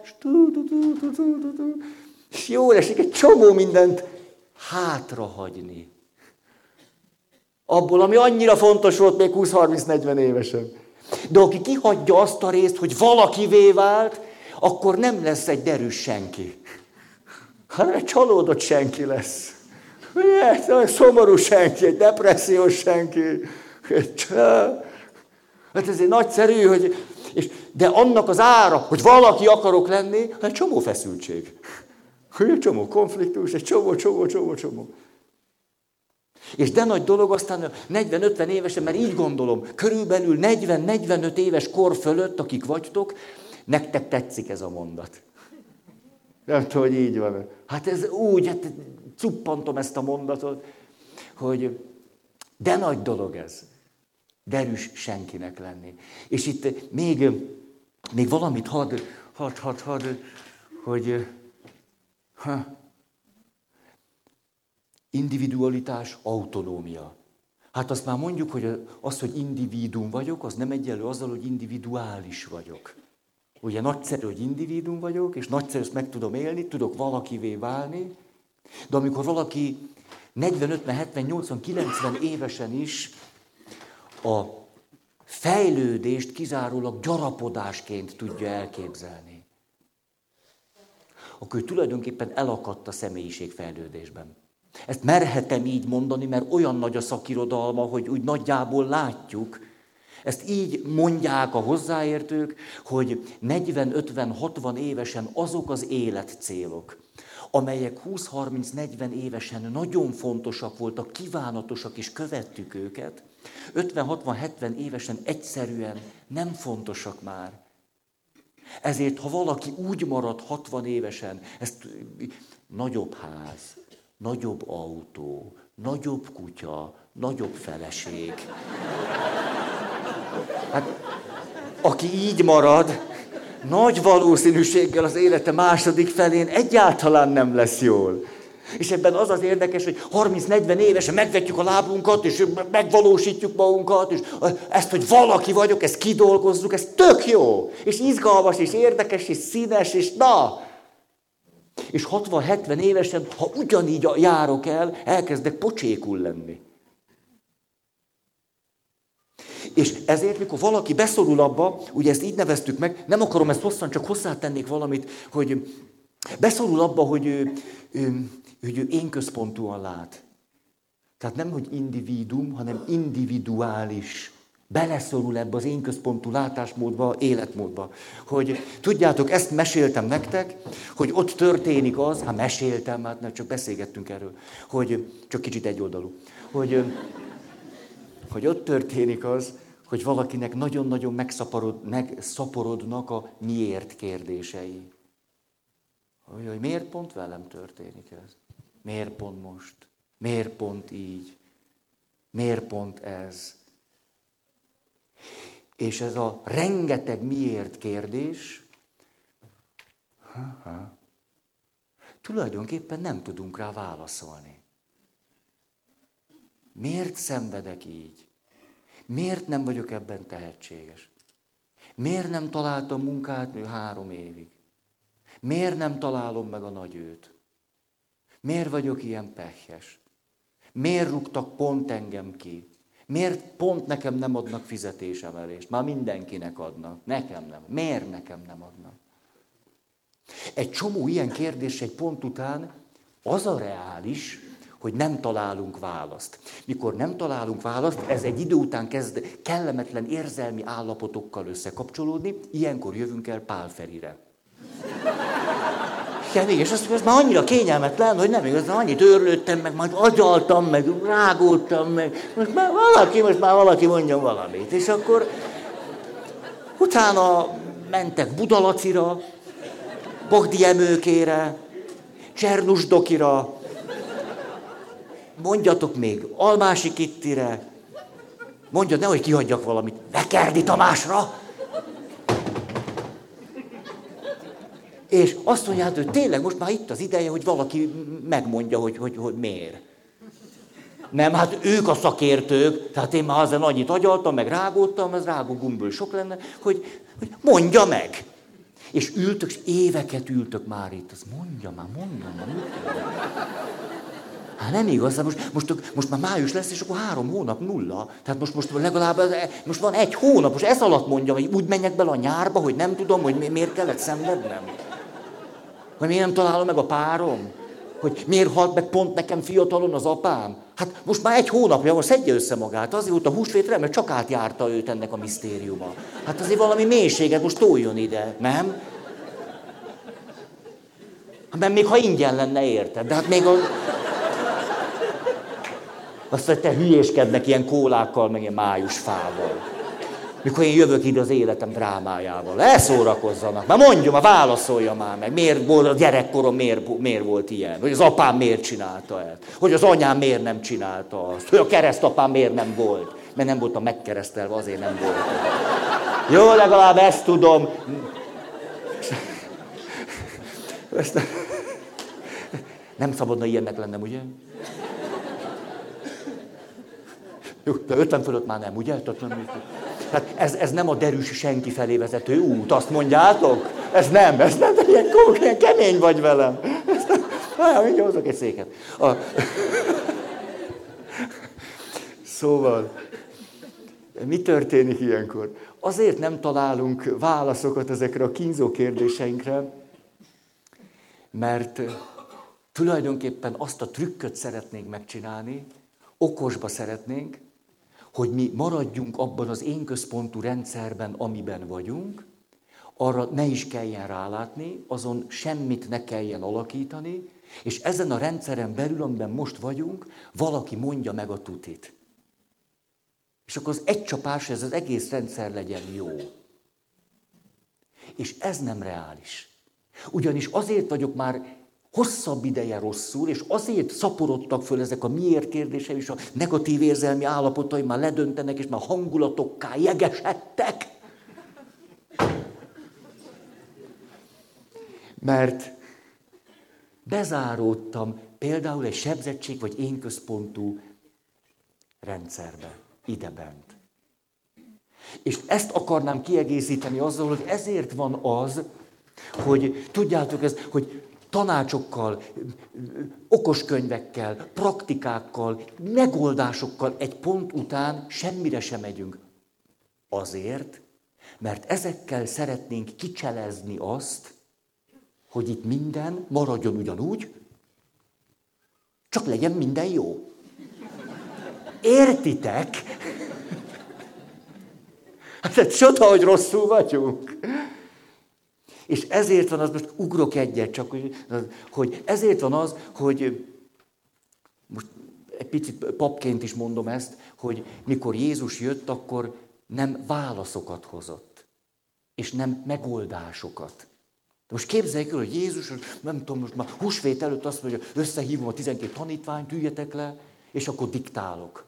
és jól esik egy csomó mindent hátrahagyni. Abból, ami annyira fontos volt még 20-30-40 évesen. De aki kihagyja azt a részt, hogy valakivé vált, akkor nem lesz egy derűs senki. Hanem egy csalódott senki lesz. Egy szomorú senki, egy depressziós senki. Hát ez egy nagyszerű, de annak az ára, hogy valaki akarok lenni, hát egy csomó feszültség. Egy csomó konfliktus, egy csomó. És de nagy dolog aztán 40-50 évesen, mert így gondolom, körülbelül 40-45 éves kor fölött, akik vagytok, nektek tetszik ez a mondat. Nem tudom, hogy így van. Hát ez úgy, hát cuppantom ezt a mondatot, hogy de nagy dolog ez. Derűs senkinek lenni. És itt még valamit hadd, hogy individualitás, autonómia. Hát azt már mondjuk, hogy az, hogy individuum vagyok, az nem egyenlő azzal, hogy individuális vagyok. Ugye nagyszerű, hogy individuum vagyok, és nagyszerű, ezt meg tudom élni, tudok valakivé válni, de amikor valaki 40, 50, 70, 80, 90 évesen is a fejlődést kizárólag gyarapodásként tudja elképzelni, akkor ő tulajdonképpen elakadt a személyiségfejlődésben. Ezt merhetem így mondani, mert olyan nagy a szakirodalma, hogy úgy nagyjából látjuk. Ezt így mondják a hozzáértők, hogy 40-50-60 évesen azok az életcélok, amelyek 20-30-40 évesen nagyon fontosak voltak, kívánatosak, és követtük őket, 50-60-70 évesen egyszerűen nem fontosak már. Ezért, ha valaki úgy marad 60 évesen, ezt nagyobb ház, nagyobb autó, nagyobb kutya, nagyobb feleség. Hát, aki így marad, nagy valószínűséggel az élete második felén egyáltalán nem lesz jól. És ebben az az érdekes, hogy 30-40 évesen megvetjük a lábunkat, és megvalósítjuk magunkat, és ezt, hogy valaki vagyok, ezt kidolgozzuk, ez tök jó. És izgalmas, és érdekes, és színes, és na! És 60-70 évesen, ha ugyanígy járok el, elkezdek pocsékul lenni. És ezért, mikor valaki beszorul abba, ugye ezt így neveztük meg, nem akarom ezt hosszan, csak hozzátennék valamit, hogy beszorul abba, hogy ő én központúan lát. Tehát nem, hogy individuum, hanem individuális. Beleszorul ebbe az én központú látásmódba, életmódba. Hogy tudjátok, ezt meséltem nektek, hogy ott történik az, meséltem, hát csak beszélgettünk erről, hogy csak kicsit egyoldalú, hogy ott történik az, hogy valakinek nagyon-nagyon megszaporodnak a miért kérdései. Hogy miért pont velem történik ez? Miért pont most? Miért pont így? Miért pont ez? És ez a rengeteg miért kérdés, tulajdonképpen nem tudunk rá válaszolni. Miért szenvedek így? Miért nem vagyok ebben tehetséges? Miért nem találtam munkát 3 évig? Miért nem találom meg a nagyőt? Miért vagyok ilyen pehjes? Miért rúgtak pont engem ki? Miért pont nekem nem adnak fizetésemelést? Már mindenkinek adnak, nekem nem. Miért nekem nem adnak? Egy csomó ilyen kérdés egy pont után az a reális, hogy nem találunk választ. Mikor nem találunk választ, ez egy idő után kezd kellemetlen érzelmi állapotokkal összekapcsolódni, ilyenkor jövünk el Pál Ferire. Igen, és azt mondja, ez már annyira kényelmetlen, hogy nem igazán annyit őrlődtem, meg majd agyaltam, meg rágódtam, meg most már valaki mondjon valamit. És akkor utána mentek Budalacira, Bogdi Emőkére, Csernusdokira, mondjatok még Almási Kittire, mondjad, nehogy kihagyjak valamit, Vekerdi Tamásra. És azt mondják, hogy tényleg most már itt az ideje, hogy valaki megmondja, hogy miért. Nem, hát ők a szakértők, tehát én már azért annyit agyaltam, meg rágódtam, ez rágó gumből sok lenne, hogy mondja meg. És ültök, és éveket ültök már itt. Azt mondja már. Hát nem igaz, most már május lesz, és akkor 3 hónap nulla. Tehát most legalább, most van 1 hónap, most ez alatt mondjam, hogy úgy menjek bele a nyárba, hogy nem tudom, hogy miért kellett szenvednem. Hogy miért nem találom meg a párom. Hogy miért halt meg pont nekem fiatalon az apám. Hát most már 1 hónapja, most szedje össze magát. Azért volt a húsvétre, mert csak átjárta őt ennek a misztériuma. Hát azért valami mélységet most toljon ide, nem? Mert még ha ingyen lenne, érted? De hát még a... Azt, hogy te hülyéskednek ilyen kólákkal, meg ilyen májusfával. Mikor én jövök ide az életem drámájával. Elszórakozzanak. Már mondja, már válaszolja már meg. Miért volt a gyerekkorom, miért volt ilyen? Hogy az apám miért csinálta ezt? Hogy az anyám miért nem csinálta azt? Hogy a keresztapám miért nem volt? Mert nem voltam megkeresztelve, azért nem volt. Jó, legalább ezt tudom. Nem szabadna ilyennek lennem, ugye? Jó, de 50 fölött már nem, ugye? Hát ez nem a derűs senki felé vezető út, azt mondjátok? Ez nem, ilyen kemény vagy velem. Mindjárt hozok egy széket. Szóval, mi történik ilyenkor? Azért nem találunk válaszokat ezekre a kínzó kérdéseinkre, mert tulajdonképpen azt a trükköt szeretnénk megcsinálni, okosba szeretnénk, hogy mi maradjunk abban az én központú rendszerben, amiben vagyunk, arra ne is kelljen rálátni, azon semmit ne kelljen alakítani, és ezen a rendszeren belül, amiben most vagyunk, valaki mondja meg a tutit. És akkor az egy csapás, ez az egész rendszer legyen jó. És ez nem reális. Ugyanis azért vagyok már hosszabb ideje rosszul, és azért szaporodtak föl ezek a miért kérdései, és a negatív érzelmi állapotai már ledöntenek, és már hangulatokká jegesedtek. Mert bezáródtam például egy sebzettség vagy én központú rendszerbe, idebent. És ezt akarnám kiegészíteni azzal, hogy ezért van az, hogy tudjátok ezt, hogy tanácsokkal, okos könyvekkel, praktikákkal, megoldásokkal egy pont után semmire sem megyünk. Azért, mert ezekkel szeretnénk kicselezni azt, hogy itt minden maradjon ugyanúgy, csak legyen minden jó. Értitek? Hát ez csoda, hogy rosszul vagyunk. És ezért van az, most ugrok egyet csak, hogy ezért van az, hogy most egy picit papként is mondom ezt, hogy mikor Jézus jött, akkor nem válaszokat hozott, és nem megoldásokat. De most képzeljük el, hogy Jézus, nem tudom, most már húsvét előtt azt mondja, összehívom a 12 tanítványt, üljetek le, és akkor diktálok.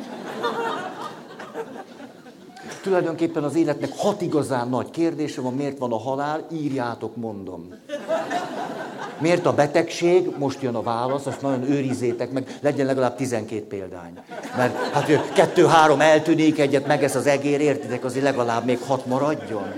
Tulajdonképpen az életnek 6 igazán nagy kérdése van, miért van a halál, írjátok, mondom. Miért a betegség, most jön a válasz, azt nagyon őrizzétek meg, legyen legalább 12 példány. Mert hát 2-3 eltűnik, egyet megesz az egér, értitek, azért legalább még 6 maradjon.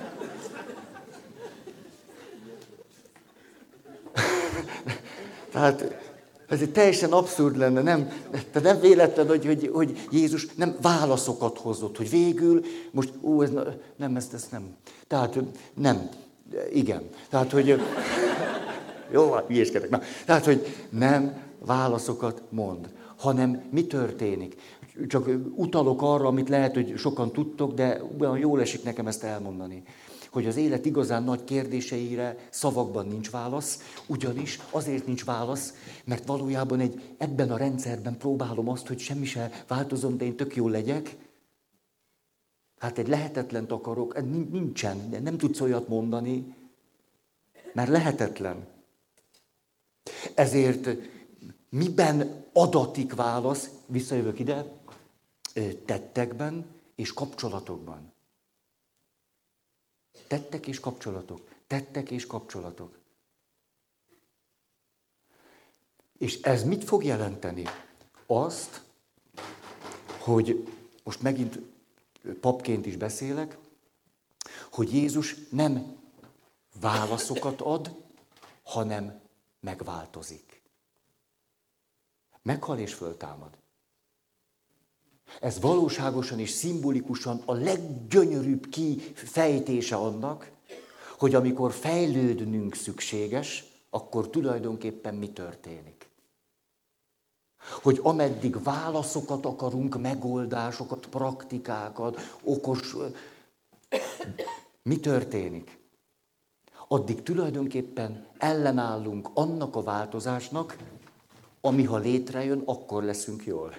Tehát ez egy teljesen abszurd lenne, nem véletlen, hogy Jézus nem válaszokat hozott, hogy végül, most, ezt nem. Tehát nem, igen. Tehát, hogy, jó, hülyéskedek. Tehát, hogy nem válaszokat mond, hanem mi történik. Csak utalok arra, amit lehet, hogy sokan tudtok, de olyan jól esik nekem ezt elmondani. Hogy az élet igazán nagy kérdéseire szavakban nincs válasz, ugyanis azért nincs válasz, mert valójában ebben a rendszerben próbálom azt, hogy semmi se változom, de én tök jól legyek. Hát egy lehetetlent akarok, nincsen, nem tudsz olyat mondani, mert lehetetlen. Ezért miben adatik válasz, visszajövök ide, tettekben és kapcsolatokban. Tettek és kapcsolatok. Tettek és kapcsolatok. És ez mit fog jelenteni? Azt, hogy most megint papként is beszélek, hogy Jézus nem válaszokat ad, hanem megváltozik. Meghal és föltámad. Ez valóságosan és szimbolikusan a leggyönyörűbb kifejtése annak, hogy amikor fejlődnünk szükséges, akkor tulajdonképpen mi történik. Hogy ameddig válaszokat akarunk, megoldásokat, praktikákat, okos... Mi történik? Addig tulajdonképpen ellenállunk annak a változásnak, ami ha létrejön, akkor leszünk jól.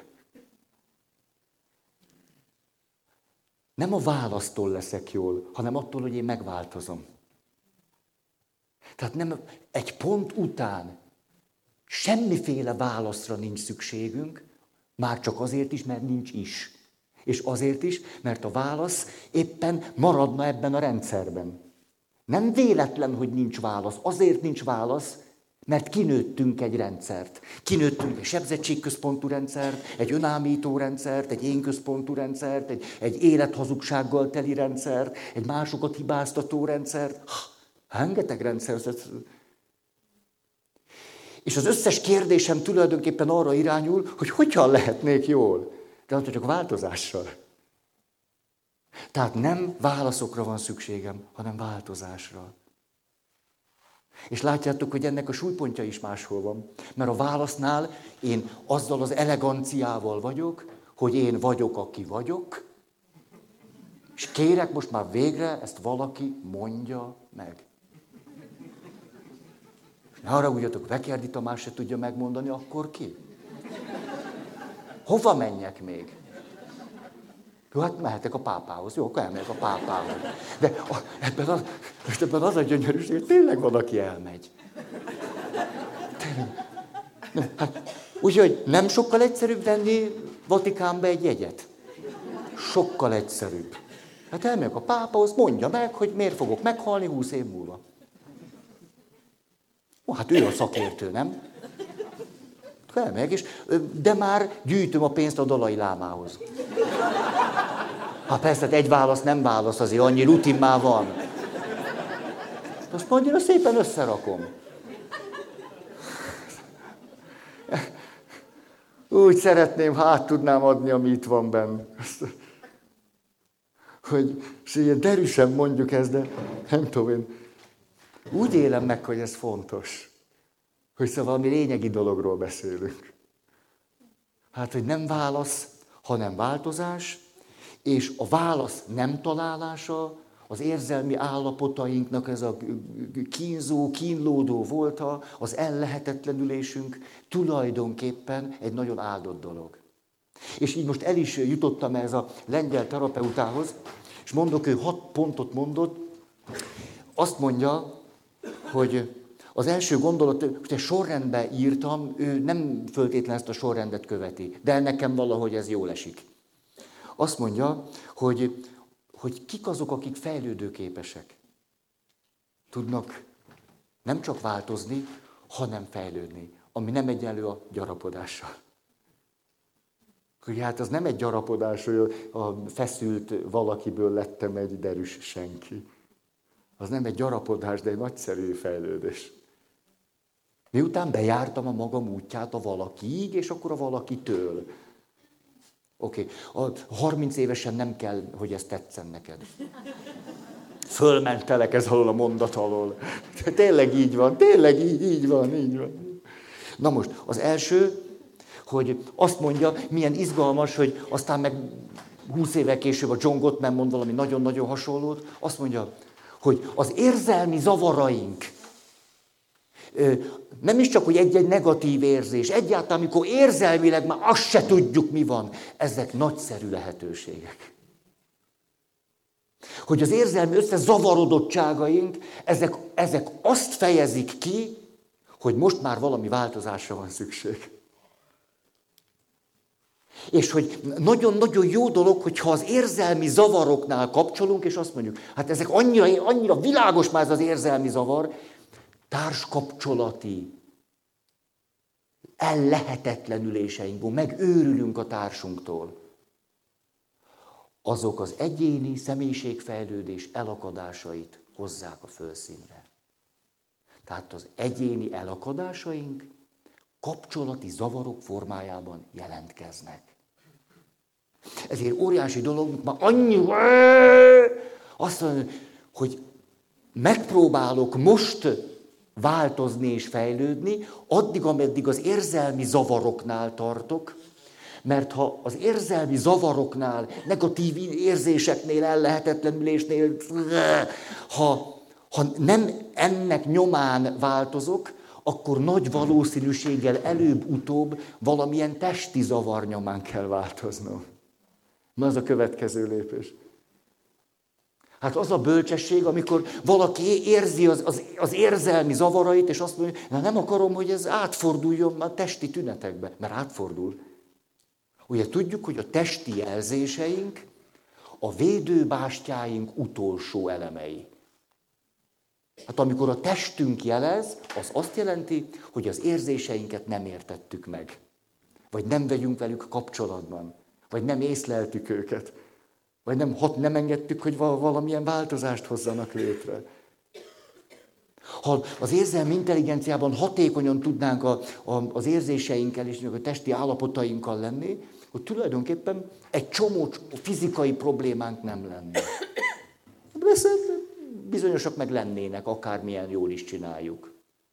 Nem a választól leszek jól, hanem attól, hogy én megváltozom. Tehát nem egy pont után semmiféle válaszra nincs szükségünk, már csak azért is, mert nincs is. És azért is, mert a válasz éppen maradna ebben a rendszerben. Nem véletlen, hogy nincs válasz. Azért nincs válasz, mert kinőttünk egy rendszert. Kinőttünk egy sebzettségközpontú rendszert, egy önállító rendszert, egy énközpontú rendszert, egy élethazugsággal teli rendszert, egy másokat hibáztató rendszert. Rengeteg rendszer. És az összes kérdésem tulajdonképpen arra irányul, hogy hogyan lehetnék jól. De csak változással. Tehát nem válaszokra van szükségem, hanem változásra. És látjátok, hogy ennek a súlypontja is máshol van. Mert a válasznál én azzal az eleganciával vagyok, hogy én vagyok, aki vagyok, és kérek most már végre, ezt valaki mondja meg. És ne haragudjatok, Vekerdi Tamás se tudja megmondani, akkor ki? Hova menjek még? Jó, hát mehetek a pápához. Jó, akkor elmegyek a pápához. De ebben az a gyönyörűség, hogy tényleg van, aki elmegy. Hát, úgyhogy nem sokkal egyszerűbb venni Vatikánba egy jegyet? Sokkal egyszerűbb. Hát elmegyek a pápához, mondja meg, hogy miért fogok meghalni 20 év múlva. Ó, hát ő a szakértő, nem? Elmegyek, és de már gyűjtöm a pénzt a Dalai Lámához. Hát persze, egy válasz nem válasz, azért annyi rutin már van. Azt annyira szépen összerakom. Úgy szeretném, ha át tudnám adni, ami itt van benn. Hogy ilyen derűsen mondjuk ezt, de nem tudom, én úgy élem meg, hogy ez fontos. Hogy szóval valami lényegi dologról beszélünk. Hát, hogy nem válasz, hanem változás, és a válasz nem találása, az érzelmi állapotainknak ez a kínzó, kínlódó volta, az ellehetetlenülésünk tulajdonképpen egy nagyon áldott dolog. És így most el is jutottam ez a lengyel terapeutához, és mondok, ő 6 pontot mondott, azt mondja, hogy az első gondolat, hogy egy sorrendbe írtam, ő nem föltétlenül ezt a sorrendet követi, de nekem valahogy ez jól esik. Azt mondja, hogy kik azok, akik fejlődőképesek. Tudnak nem csak változni, hanem fejlődni, ami nem egyenlő a gyarapodással. Hogy hát az nem egy gyarapodás, hogy a feszült valakiből lettem egy derűs senki. Az nem egy gyarapodás, de egy nagyszerű fejlődés. Miután bejártam a magam útját a valakiig, és akkor a valakitől. Oké, 30 évesen nem kell, hogy ez tetszen neked. Fölmentelek ez alól a mondat alól. Tényleg így van, tényleg így van. Na most, az első, hogy azt mondja, milyen izgalmas, hogy aztán meg 20 évvel később a John Gottman mond valami nagyon-nagyon hasonlót, azt mondja, hogy az érzelmi zavaraink, nem is csak, hogy egy-egy negatív érzés, egyáltalán, amikor érzelmileg már azt se tudjuk, mi van, ezek nagyszerű lehetőségek. Hogy az érzelmi összezavarodottságaink, ezek azt fejezik ki, hogy most már valami változásra van szükség. És hogy nagyon-nagyon jó dolog, hogyha az érzelmi zavaroknál kapcsolunk, és azt mondjuk, hát ezek annyira világos már ez az érzelmi zavar, társkapcsolati ellehetetlenüléseinkből, megőrülünk a társunktól. azok az egyéni személyiségfejlődés elakadásait hozzák a fölszínre. Tehát az egyéni elakadásaink kapcsolati zavarok formájában jelentkeznek. Ezért óriási dolog, már annyi, azt mondja, hogy megpróbálok most változni és fejlődni, addig, ameddig az érzelmi zavaroknál tartok, mert ha az érzelmi zavaroknál, negatív érzéseknél, ellehetetlenülésnél, ha nem ennek nyomán változok, akkor nagy valószínűséggel előbb-utóbb valamilyen testi zavar nyomán kell változnom. Na, az a következő lépés. Hát az a bölcsesség, amikor valaki érzi az érzelmi zavarait, és azt mondja, na nem akarom, hogy ez átforduljon a testi tünetekbe, mert átfordul. Ugye tudjuk, hogy a testi jelzéseink a védőbástyáink utolsó elemei. Hát amikor a testünk jelez, az azt jelenti, hogy az érzéseinket nem értettük meg. Vagy nem vagyunk velük kapcsolatban. Vagy nem észleltük őket. Vagy nem engedtük, hogy valamilyen változást hozzanak létre. Ha az érzelmi intelligenciában hatékonyan tudnánk az érzéseinkkel és a testi állapotainkkal lenni, hogy tulajdonképpen egy csomó fizikai problémánk nem lenne. Bizonyosak meg lennének, akármilyen jól is csináljuk.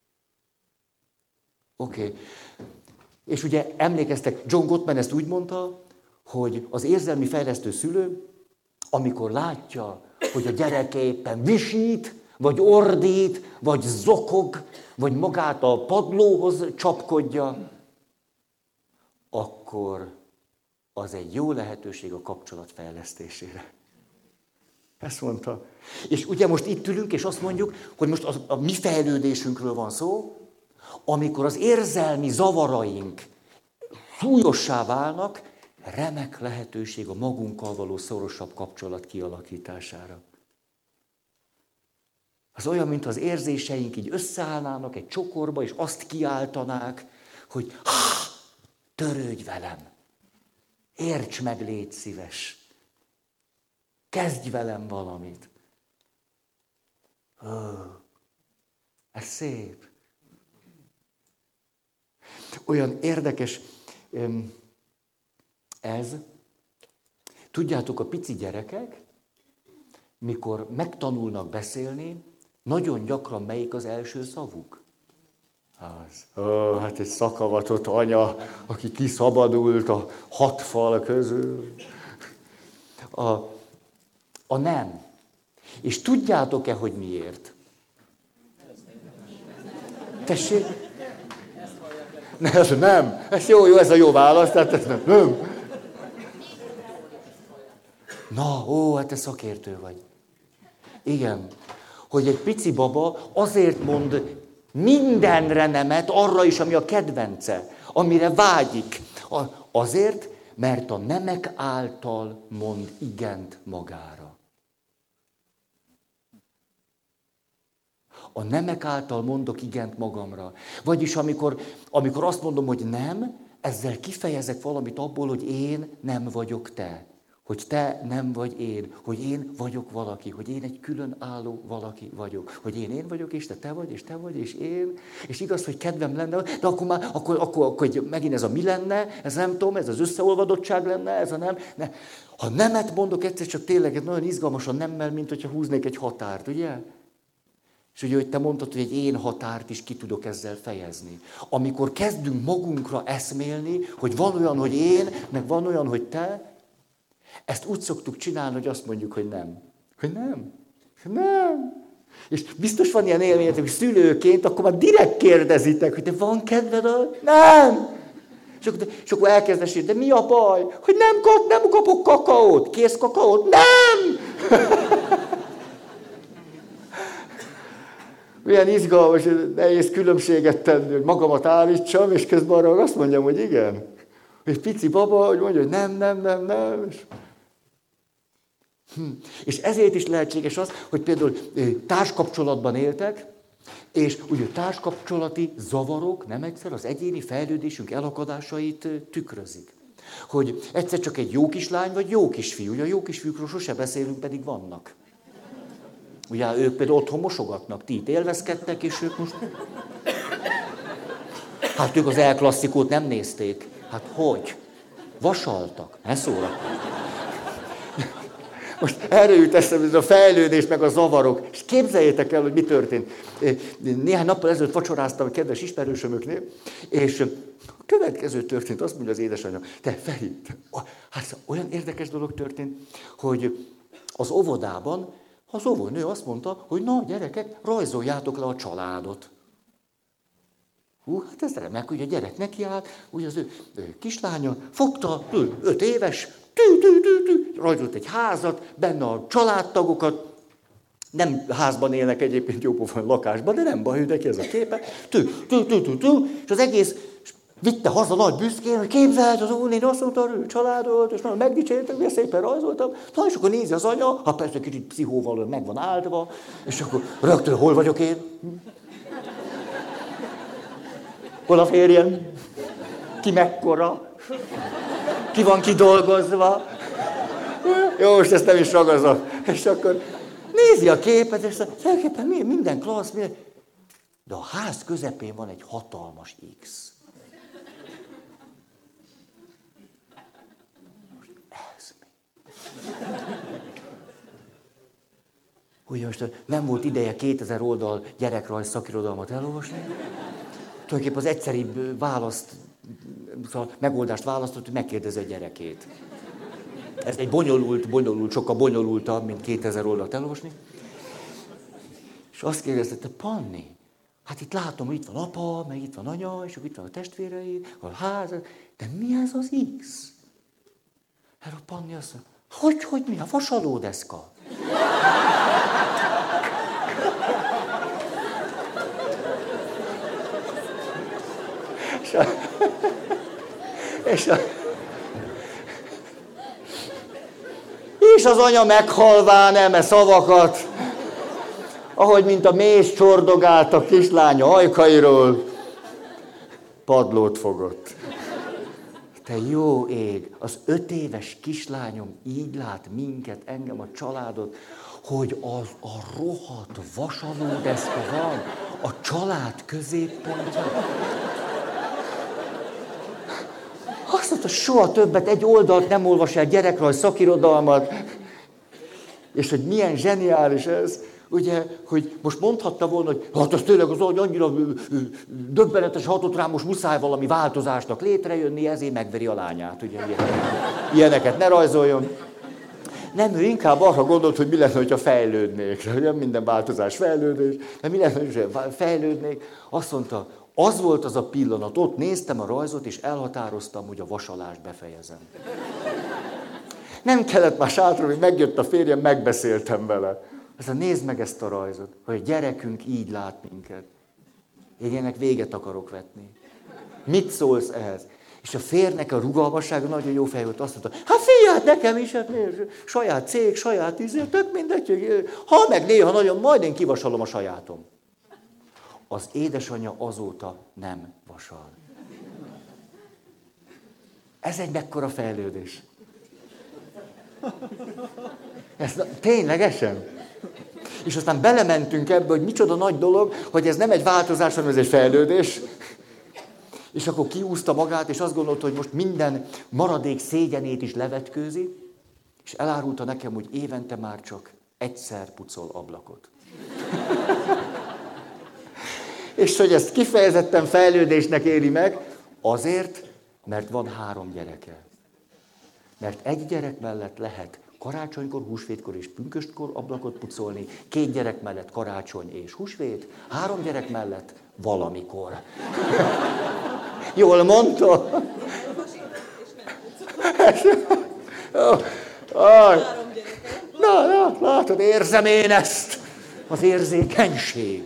Oké. És ugye emlékeztek, John Gottman ezt úgy mondta, hogy az érzelmi fejlesztő szülő, amikor látja, hogy a gyereke éppen visít, vagy ordít, vagy zokog, vagy magát a padlóhoz csapkodja, akkor az egy jó lehetőség a kapcsolat fejlesztésére. Ezt mondta. És ugye most itt ülünk, és azt mondjuk, hogy most a mi fejlődésünkről van szó, amikor az érzelmi zavaraink súlyossá válnak, remek lehetőség a magunkkal való szorosabb kapcsolat kialakítására. Az olyan, mint az érzéseink így összeállnának egy csokorba, és azt kiáltanák, hogy törődj velem, érts meg, légy szíves, kezdj velem valamit. Ez szép. Olyan érdekes ez. Tudjátok, a pici gyerekek, mikor megtanulnak beszélni, nagyon gyakran melyik az első szavuk? Hát egy szakavatott anya, aki kiszabadult a 6 fal közül. A nem. És tudjátok-e, hogy miért? Tessék? Nem. Ez jó, ez a jó válasz, tehát ez nem. Na, hát te szakértő vagy. Igen. Hogy egy pici baba azért mond mindenre nemet, arra is, ami a kedvence, amire vágyik. Azért, mert a nemek által mond igent magára. A nemek által mondok igent magamra. Vagyis amikor azt mondom, hogy nem, ezzel kifejezek valamit abból, hogy én nem vagyok te. Hogy te nem vagy én, hogy én vagyok valaki, hogy én egy különálló valaki vagyok, hogy én vagyok, és te vagy, és én, és igaz, hogy kedvem lenne, de akkor megint ez a mi lenne, ez nem tudom, ez az összeolvadottság lenne, ez a nem. Ne. Ha nemet mondok egyszer, csak tényleg nagyon izgalmas a nemmel, mint hogyha húznék egy határt, ugye? És ugye, hogy te mondtad, hogy egy én határt is ki tudok ezzel fejezni. Amikor kezdünk magunkra eszmélni, hogy van olyan, hogy én, meg van olyan, hogy te, ezt úgy szoktuk csinálni, hogy azt mondjuk, hogy nem. Hogy nem. Nem. És biztos van ilyen élményetek, hogy szülőként, akkor már direkt kérdezitek, hogy de van kedved a... Nem. És akkor elkezdesz, de mi a baj? Hogy nem kapok kakaót. Kérsz kakaót? Nem. Milyen izgalmas, nehéz különbséget tenni, hogy magamat állítsam, és közben arra azt mondjam, hogy igen. Egy pici baba, hogy mondja, hogy nem. És ezért is lehetséges az, hogy például társkapcsolatban éltek, és ugye társkapcsolati zavarok nem egyszer az egyéni fejlődésünk elakadásait tükrözik. Hogy egyszer csak egy jó kislány, vagy jó kisfiú. Ugye a jó kisfiúkról sose beszélünk, pedig vannak. Ugye ők például otthon mosogatnak, ti itt élvezkedtek, és ők most... Hát ők az El-klasszikót nem nézték. Hát hogy? Vasaltak. Ne szórakozz. Most erre jut eszembe ez a fejlődés, meg a zavarok. És képzeljétek el, hogy mi történt. Néhány nappal ezelőtt vacsoráztam a kedves ismerősömöknél, és a következő történt, azt mondja az édesanyja, te Feri, hát olyan érdekes dolog történt, hogy az óvodában az óvónő azt mondta, hogy na gyerekek, rajzoljátok le a családot. Hát ez remek, hogy a gyerek nekiállt, úgy az ő kislánya fogta, 5 éves, rajzolt egy házat, benne a családtagokat, nem házban élnek egyébként jópofon lakásban, de nem baj, neki ez a képe, és az egész vitte haza nagy büszkén, hogy képzeld, az óvónéni azt mondta, hogy családot, és nagyon megdicsértek, milyen szépen rajzoltam. Na, és akkor nézi az anya, ha persze kicsit pszichóval meg van áldva, és akkor rögtön, hol vagyok én? Hol a férjem? Ki mekkora? Ki van kidolgozva? Jó, most ezt nem is ragazom. És akkor nézi a képet, és tulajdonképpen minden klassz, minden... De a ház közepén van egy hatalmas X. Ez mi? Ugye most nem volt ideje 2000 oldal gyerekrajz szakirodalmat elolvasni. Tulajdonképpen az egyszeribb választ, szóval megoldást választott, hogy megkérdezi a gyerekét. Ez egy bonyolult, sokkal bonyolultabb, mint 2000 oldalt elolvasni. És azt kérdezte, te Panni, hát itt látom, hogy itt van apa, meg itt van anya, és itt van a testvéreid, a ház, de mi ez az X? Erre a Panni azt mondja, hogy mi? A vasalódeszka. És az anya meghalván eme szavakat, ahogy mint a méz csordogált a kislánya ajkairól, padlót fogott. Te jó ég, az 5 éves kislányom így lát minket, engem, a családot, hogy az a rohadt vasalódeszka van a család középpontján. Azt mondta, soha többet egy oldalt nem olvas el gyerekrajz szakirodalmat, és hogy milyen zseniális ez, ugye, hogy most mondhatta volna, hogy hát az tényleg az annyira döbbenetes hatott rám, most muszáj valami változásnak létrejönni, ezért megveri a lányát, ugye, ilyeneket ne rajzoljon. Nem, ő inkább arra gondolt, hogy mi lenne, hogyha fejlődnék. Nem minden változás fejlődés, de mi lenne, hogyha fejlődnék. Azt mondta, az volt az a pillanat, ott néztem a rajzot, és elhatároztam, hogy a vasalást befejezem. Nem kellett már sátra, hogy megjött a férjem, megbeszéltem vele. Azt nézd meg ezt a rajzot, hogy a gyerekünk így lát minket. Én ennek véget akarok vetni. Mit szólsz ehhez? És a férnek a rugalmassága nagyon jó fej volt, azt mondta, hát figyelj, nekem is, hát saját cég, saját tök mindegy, ha meg néha nagyon, majd én kivasalom a sajátom. Az édesanyja azóta nem vasal. Ez egy mekkora fejlődés. Ez ténylegesen. És aztán belementünk ebbe, hogy micsoda nagy dolog, hogy ez nem egy változás, hanem ez egy fejlődés. És akkor kiúzta magát, és azt gondolta, hogy most minden maradék szégyenét is levetkőzi, és elárulta nekem, hogy évente már csak egyszer pucol ablakot. És hogy ezt kifejezetten fejlődésnek éli meg, azért, mert van 3 gyereke. Mert egy gyerek mellett lehet karácsonykor, húsvétkor és pünköstkor ablakot pucolni, 2 gyerek mellett karácsony és húsvét, 3 gyerek mellett valamikor. Jól mondta? Na, látod, érzem én ezt. Az érzékenység.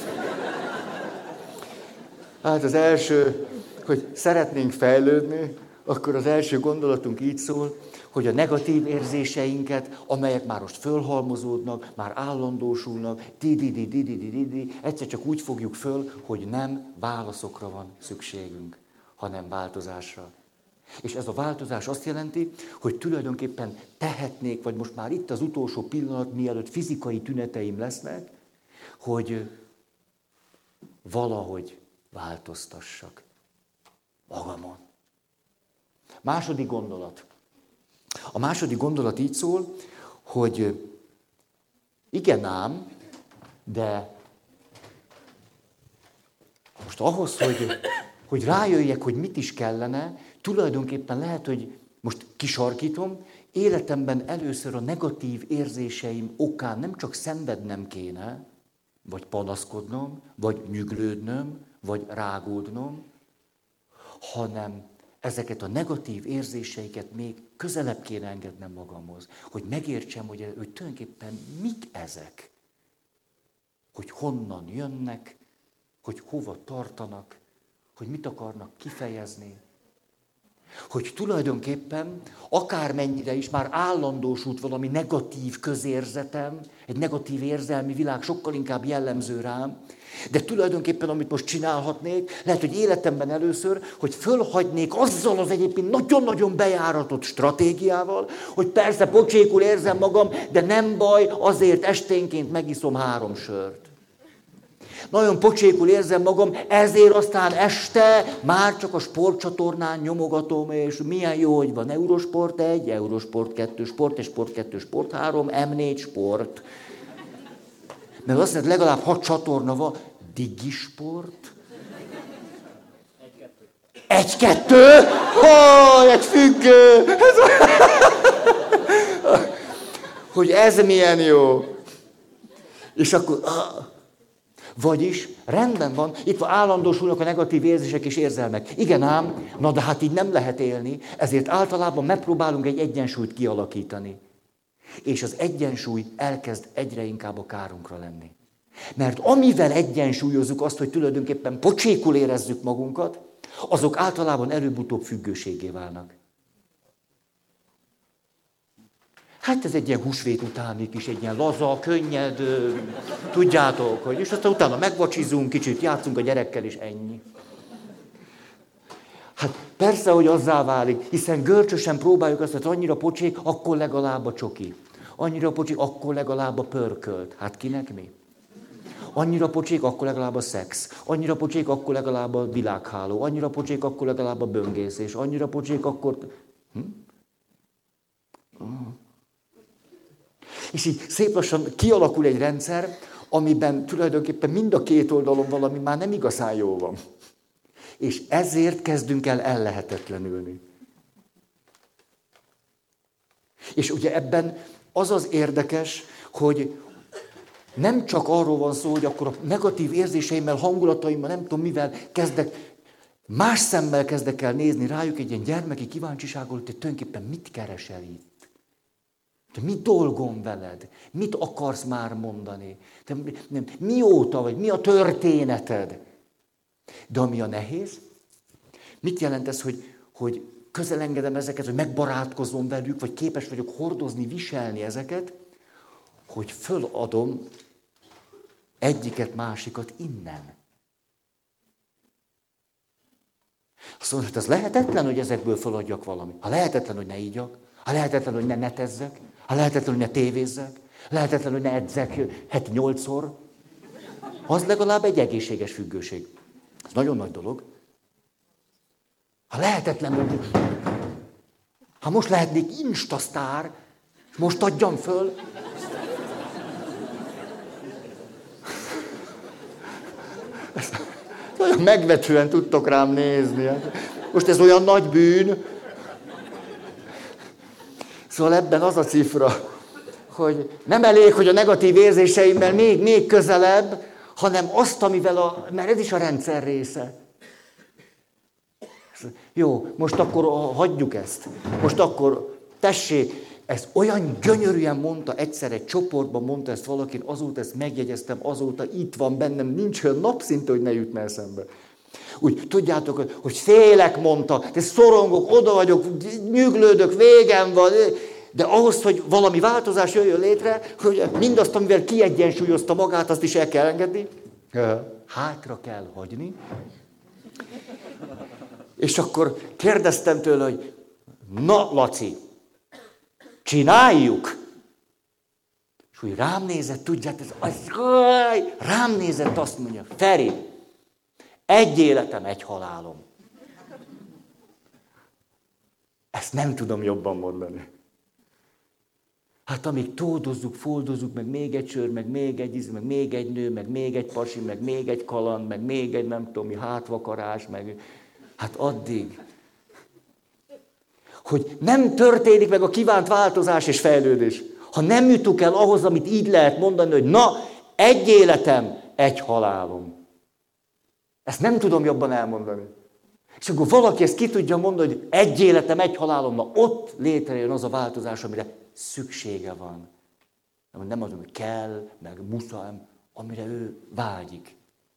Hát az első, hogy szeretnénk fejlődni, akkor az első gondolatunk így szól, hogy a negatív érzéseinket, amelyek már most fölhalmozódnak, már állandósulnak, egyszer csak úgy fogjuk föl, hogy nem válaszokra van szükségünk, hanem változásra. És ez a változás azt jelenti, hogy tulajdonképpen tehetnék, vagy most már itt az utolsó pillanat, mielőtt fizikai tüneteim lesznek, hogy valahogy változtassak magamon. Második gondolat. A második gondolat így szól, hogy igen ám, de most ahhoz, hogy rájöjjek, hogy mit is kellene, tulajdonképpen lehet, hogy most kisarkítom, életemben először a negatív érzéseim okán nem csak szenvednem kéne, vagy panaszkodnom, vagy nyüglődnöm, vagy rágódnom, hanem ezeket a negatív érzéseiket még közelebb kéne engednem magamhoz, hogy megértsem, hogy tulajdonképpen mik ezek, hogy honnan jönnek, hogy hova tartanak, hogy mit akarnak kifejezni. Hogy tulajdonképpen akármennyire is már állandósult valami negatív közérzetem, egy negatív érzelmi világ sokkal inkább jellemző rám, de tulajdonképpen, amit most csinálhatnék, lehet, hogy életemben először, hogy fölhagynék azzal az egyébként nagyon-nagyon bejáratott stratégiával, hogy persze pocsékul érzem magam, de nem baj, azért esténként megiszom 3 sört. Nagyon pocsékul érzem magam, ezért aztán este már csak a sportcsatornán nyomogatom, és milyen jó, hogy van Eurosport 1, Eurosport 2, Sport 1, Sport 2, Sport 3, M4 Sport. Mert azt mondja, legalább 6 csatorna van, Digisport. 1-2? Hogy egy függő! Hogy ez milyen jó. És akkor... Vagyis rendben van, itt van állandósulnak a negatív érzések és érzelmek. Igen ám, na de hát így nem lehet élni, ezért általában megpróbálunk egy egyensúlyt kialakítani. És az egyensúly elkezd egyre inkább a kárunkra lenni. Mert amivel egyensúlyozzuk azt, hogy tulajdonképpen pocsékul érezzük magunkat, azok általában előbb-utóbb függőséggé válnak. Hát ez egy ilyen húsvét utáni kis, egy ilyen laza, könnyed, tudjátok, hogy, és aztán utána megvacsizunk, kicsit játszunk a gyerekkel, és ennyi. Hát persze, hogy azzá válik, hiszen görcsösen próbáljuk azt, hogy annyira pocsék, akkor legalább a csoki. Annyira pocsék, akkor legalább a pörkölt. Hát kinek mi? Annyira pocsék, akkor legalább a szex. Annyira pocsék, akkor legalább a világháló. Annyira pocsék, akkor legalább a böngészés. Annyira pocsék, akkor... És így szép lassan kialakul egy rendszer, amiben tulajdonképpen mind a két oldalon valami már nem igazán jó van. És ezért kezdünk el ellehetetlenülni. És ugye ebben az az érdekes, hogy nem csak arról van szó, hogy akkor a negatív érzéseimmel, hangulataimmal, nem tudom mivel kezdek, más szemmel kezdek el nézni rájuk egy ilyen gyermeki kíváncsisággal, hogy te tulajdonképpen mit keresel itt. Te mi dolgom veled? Mit akarsz már mondani? Te, mióta vagy? Mi a történeted? De ami a nehéz, mit jelent ez, hogy közel engedem ezeket, hogy megbarátkozom velük, vagy képes vagyok hordozni, viselni ezeket, hogy föladom egyiket, másikat innen. Azt mondod, hogy ez lehetetlen, hogy ezekből föladjak valamit. Ha lehetetlen, hogy ne ígyak, ha lehetetlen, hogy ne netezzek, ha lehetetlen, hogy ne tévézzek, lehetetlen, hogy ne edzek heti 8-szor, az legalább egy egészséges függőség. Ez nagyon nagy dolog. Ha lehetetlen, hogy... Ha most lehetnék instasztár, és most adjam föl... Nagyon megvetően tudtok rám nézni. Most ez olyan nagy bűn. Szóval ebben az a cifra, hogy nem elég, hogy a negatív érzéseimmel még közelebb, hanem azt, amivel mert ez is a rendszer része. Jó, most akkor hagyjuk ezt. Most akkor tessék, ezt olyan gyönyörűen mondta, egyszer egy csoportban mondta ezt valaki, azóta ezt megjegyeztem, azóta itt van bennem, nincs olyan napszinte, hogy ne jutna eszembe. Úgy tudjátok, hogy félek mondta, de szorongok, oda vagyok, nyüglődök, végem van, de ahhoz, hogy valami változás jöjjön létre, hogy mindazt, amivel kiegyensúlyozta magát, azt is el kell engedni, hátra kell hagyni, És akkor kérdeztem tőle, hogy na, Laci, csináljuk? És úgy rám nézett, tudját, rám nézett, azt mondja, Feri, egy életem, egy halálom. Ezt nem tudom jobban mondani. Hát amíg tódozzuk, foldozzuk, meg még egy sör, meg még egy meg még egy nő, meg még egy pasi, meg még egy kaland, meg még egy nem tudom mi, hátvakarás, meg... Hát addig. Hogy nem történik meg a kívánt változás és fejlődés. Ha nem jutunk el ahhoz, amit így lehet mondani, hogy na, egy életem, egy halálom. Ezt nem tudom jobban elmondani. És akkor valaki ezt ki tudja mondani, hogy egy életem, egy halálom, na ott létrejön az a változás, amire szüksége van. Nem az, hogy kell, meg muszáj, amire ő vágyik.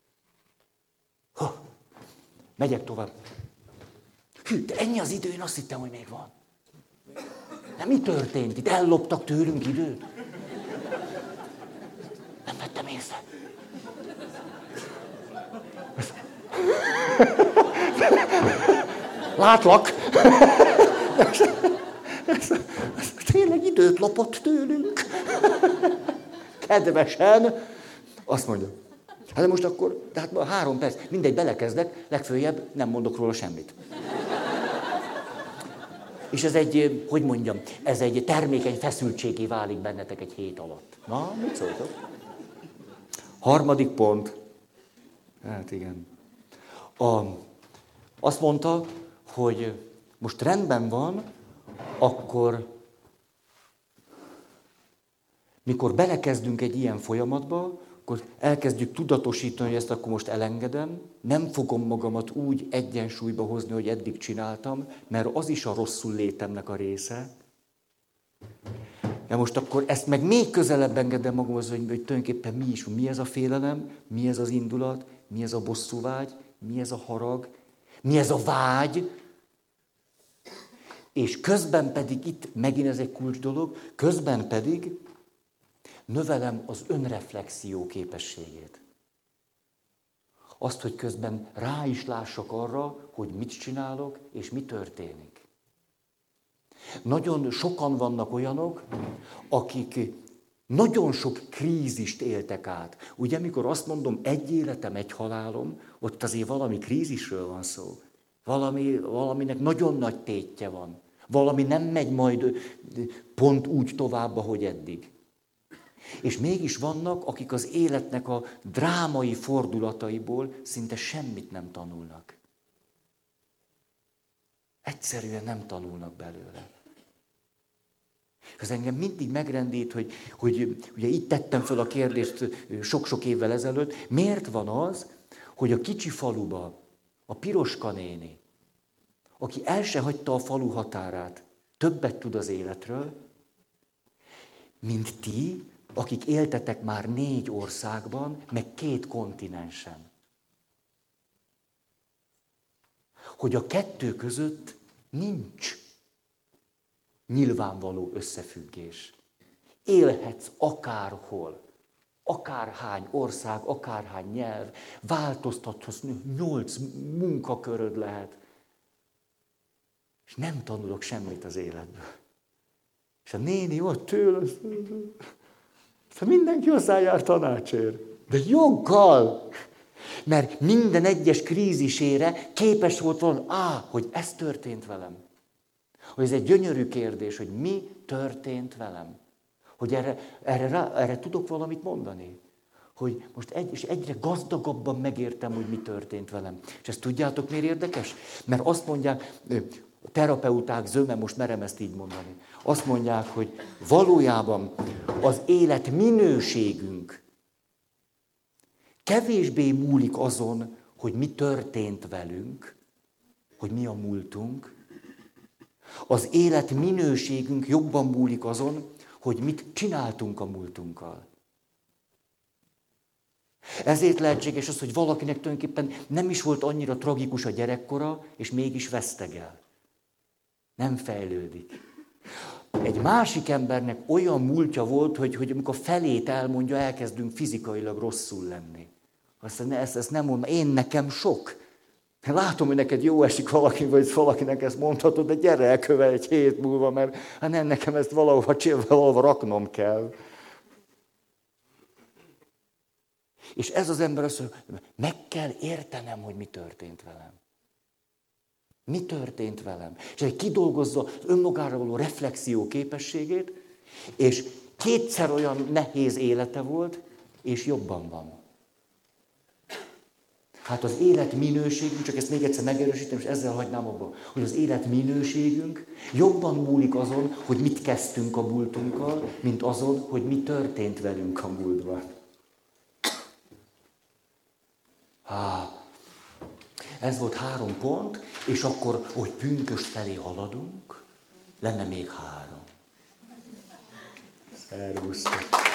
Megyek tovább. De ennyi az idő, én azt hittem, hogy még van. De mi történt? Itt elloptak tőlünk időt? Nem vettem észre. Látlak. Tényleg időt lopott tőlünk. Kedvesen. Azt mondja. Hát most akkor, tehát 3 perc, mindegy, belekezdek, legfőjebb nem mondok róla semmit. És ez egy, hogy mondjam, ez egy termékeny feszültségé válik bennetek egy hét alatt. Na, mit szóltok? 3. pont. Hát igen. Azt mondta, hogy most rendben van, akkor mikor belekezdünk egy ilyen folyamatba, akkor elkezdjük tudatosítani, hogy ezt akkor most elengedem, nem fogom magamat úgy egyensúlyba hozni, hogy eddig csináltam, mert az is a rosszul létemnek a része. Ja, most akkor ezt meg még közelebb engedem magamhoz, hogy tulajdonképpen mi is, mi ez a félelem, mi ez az indulat, mi ez a bosszúvágy, mi ez a harag, mi ez a vágy. És közben pedig, itt megint ez egy kulcs dolog, közben pedig növelem az önreflexió képességét. Azt, hogy közben rá is lássak arra, hogy mit csinálok, és mi történik. Nagyon sokan vannak olyanok, akik nagyon sok krízist éltek át. Ugye, amikor azt mondom, egy életem, egy halálom, ott azért valami krízisről van szó. Valaminek nagyon nagy tétje van. Valami nem megy majd pont úgy tovább, ahogy eddig. És mégis vannak, akik az életnek a drámai fordulataiból szinte semmit nem tanulnak. Egyszerűen nem tanulnak belőle. Ez engem mindig megrendít, hogy ugye itt tettem föl a kérdést sok-sok évvel ezelőtt, miért van az, hogy a kicsi faluba a Piroska néni, aki el se hagyta a falu határát, többet tud az életről, mint ti, akik éltetek már 4 országban, meg 2 kontinensen. Hogy a 2 között nincs nyilvánvaló összefüggés. Élhetsz akárhol, akárhány ország, akárhány nyelv, változtathatsz, 8 munkaköröd lehet. És nem tanulok semmit az életből. És a néni ott tőle, mindenki hozzájár tanácsért. De joggal! Mert minden egyes krízisére képes volt volna, hogy ez történt velem. Hogy ez egy gyönyörű kérdés, hogy mi történt velem. Hogy erre tudok valamit mondani. Hogy most egyre gazdagabban megértem, hogy mi történt velem. És ezt tudjátok, miért érdekes? Mert azt mondják, a terapeuták zöme, most merem ezt így mondani. Azt mondják, hogy valójában az élet minőségünk kevésbé múlik azon, hogy mi történt velünk, hogy mi a múltunk. Az élet minőségünk jobban múlik azon, hogy mit csináltunk a múltunkkal. Ezért lehetséges az, hogy valakinek tulajdonképpen nem is volt annyira tragikus a gyerekkora, és mégis vesztegel. Nem fejlődik. Egy másik embernek olyan múltja volt, hogy amikor felét elmondja, elkezdünk fizikailag rosszul lenni. Azt nem mondom, én nekem sok. Látom, hogy neked jó esik valaki, vagy valakinek ezt mondhatod, de gyere elköve egy hét múlva, mert hát nem, nekem ezt valahova raknom kell. És ez az ember azt mondja, meg kell értenem, hogy mi történt velem. Mi történt velem? És egy kidolgozza az önmagára való reflexió képességét, és kétszer olyan nehéz élete volt, és jobban van. Hát az életminőségünk, csak ezt még egyszer megerősítem, és ezzel hagynám abba, hogy az életminőségünk jobban múlik azon, hogy mit kezdtünk a múltunkkal, mint azon, hogy mi történt velünk a múltban. Ez volt 3 pont, és akkor, hogy pünkösd felé haladunk, lenne még 3. Szervusztok!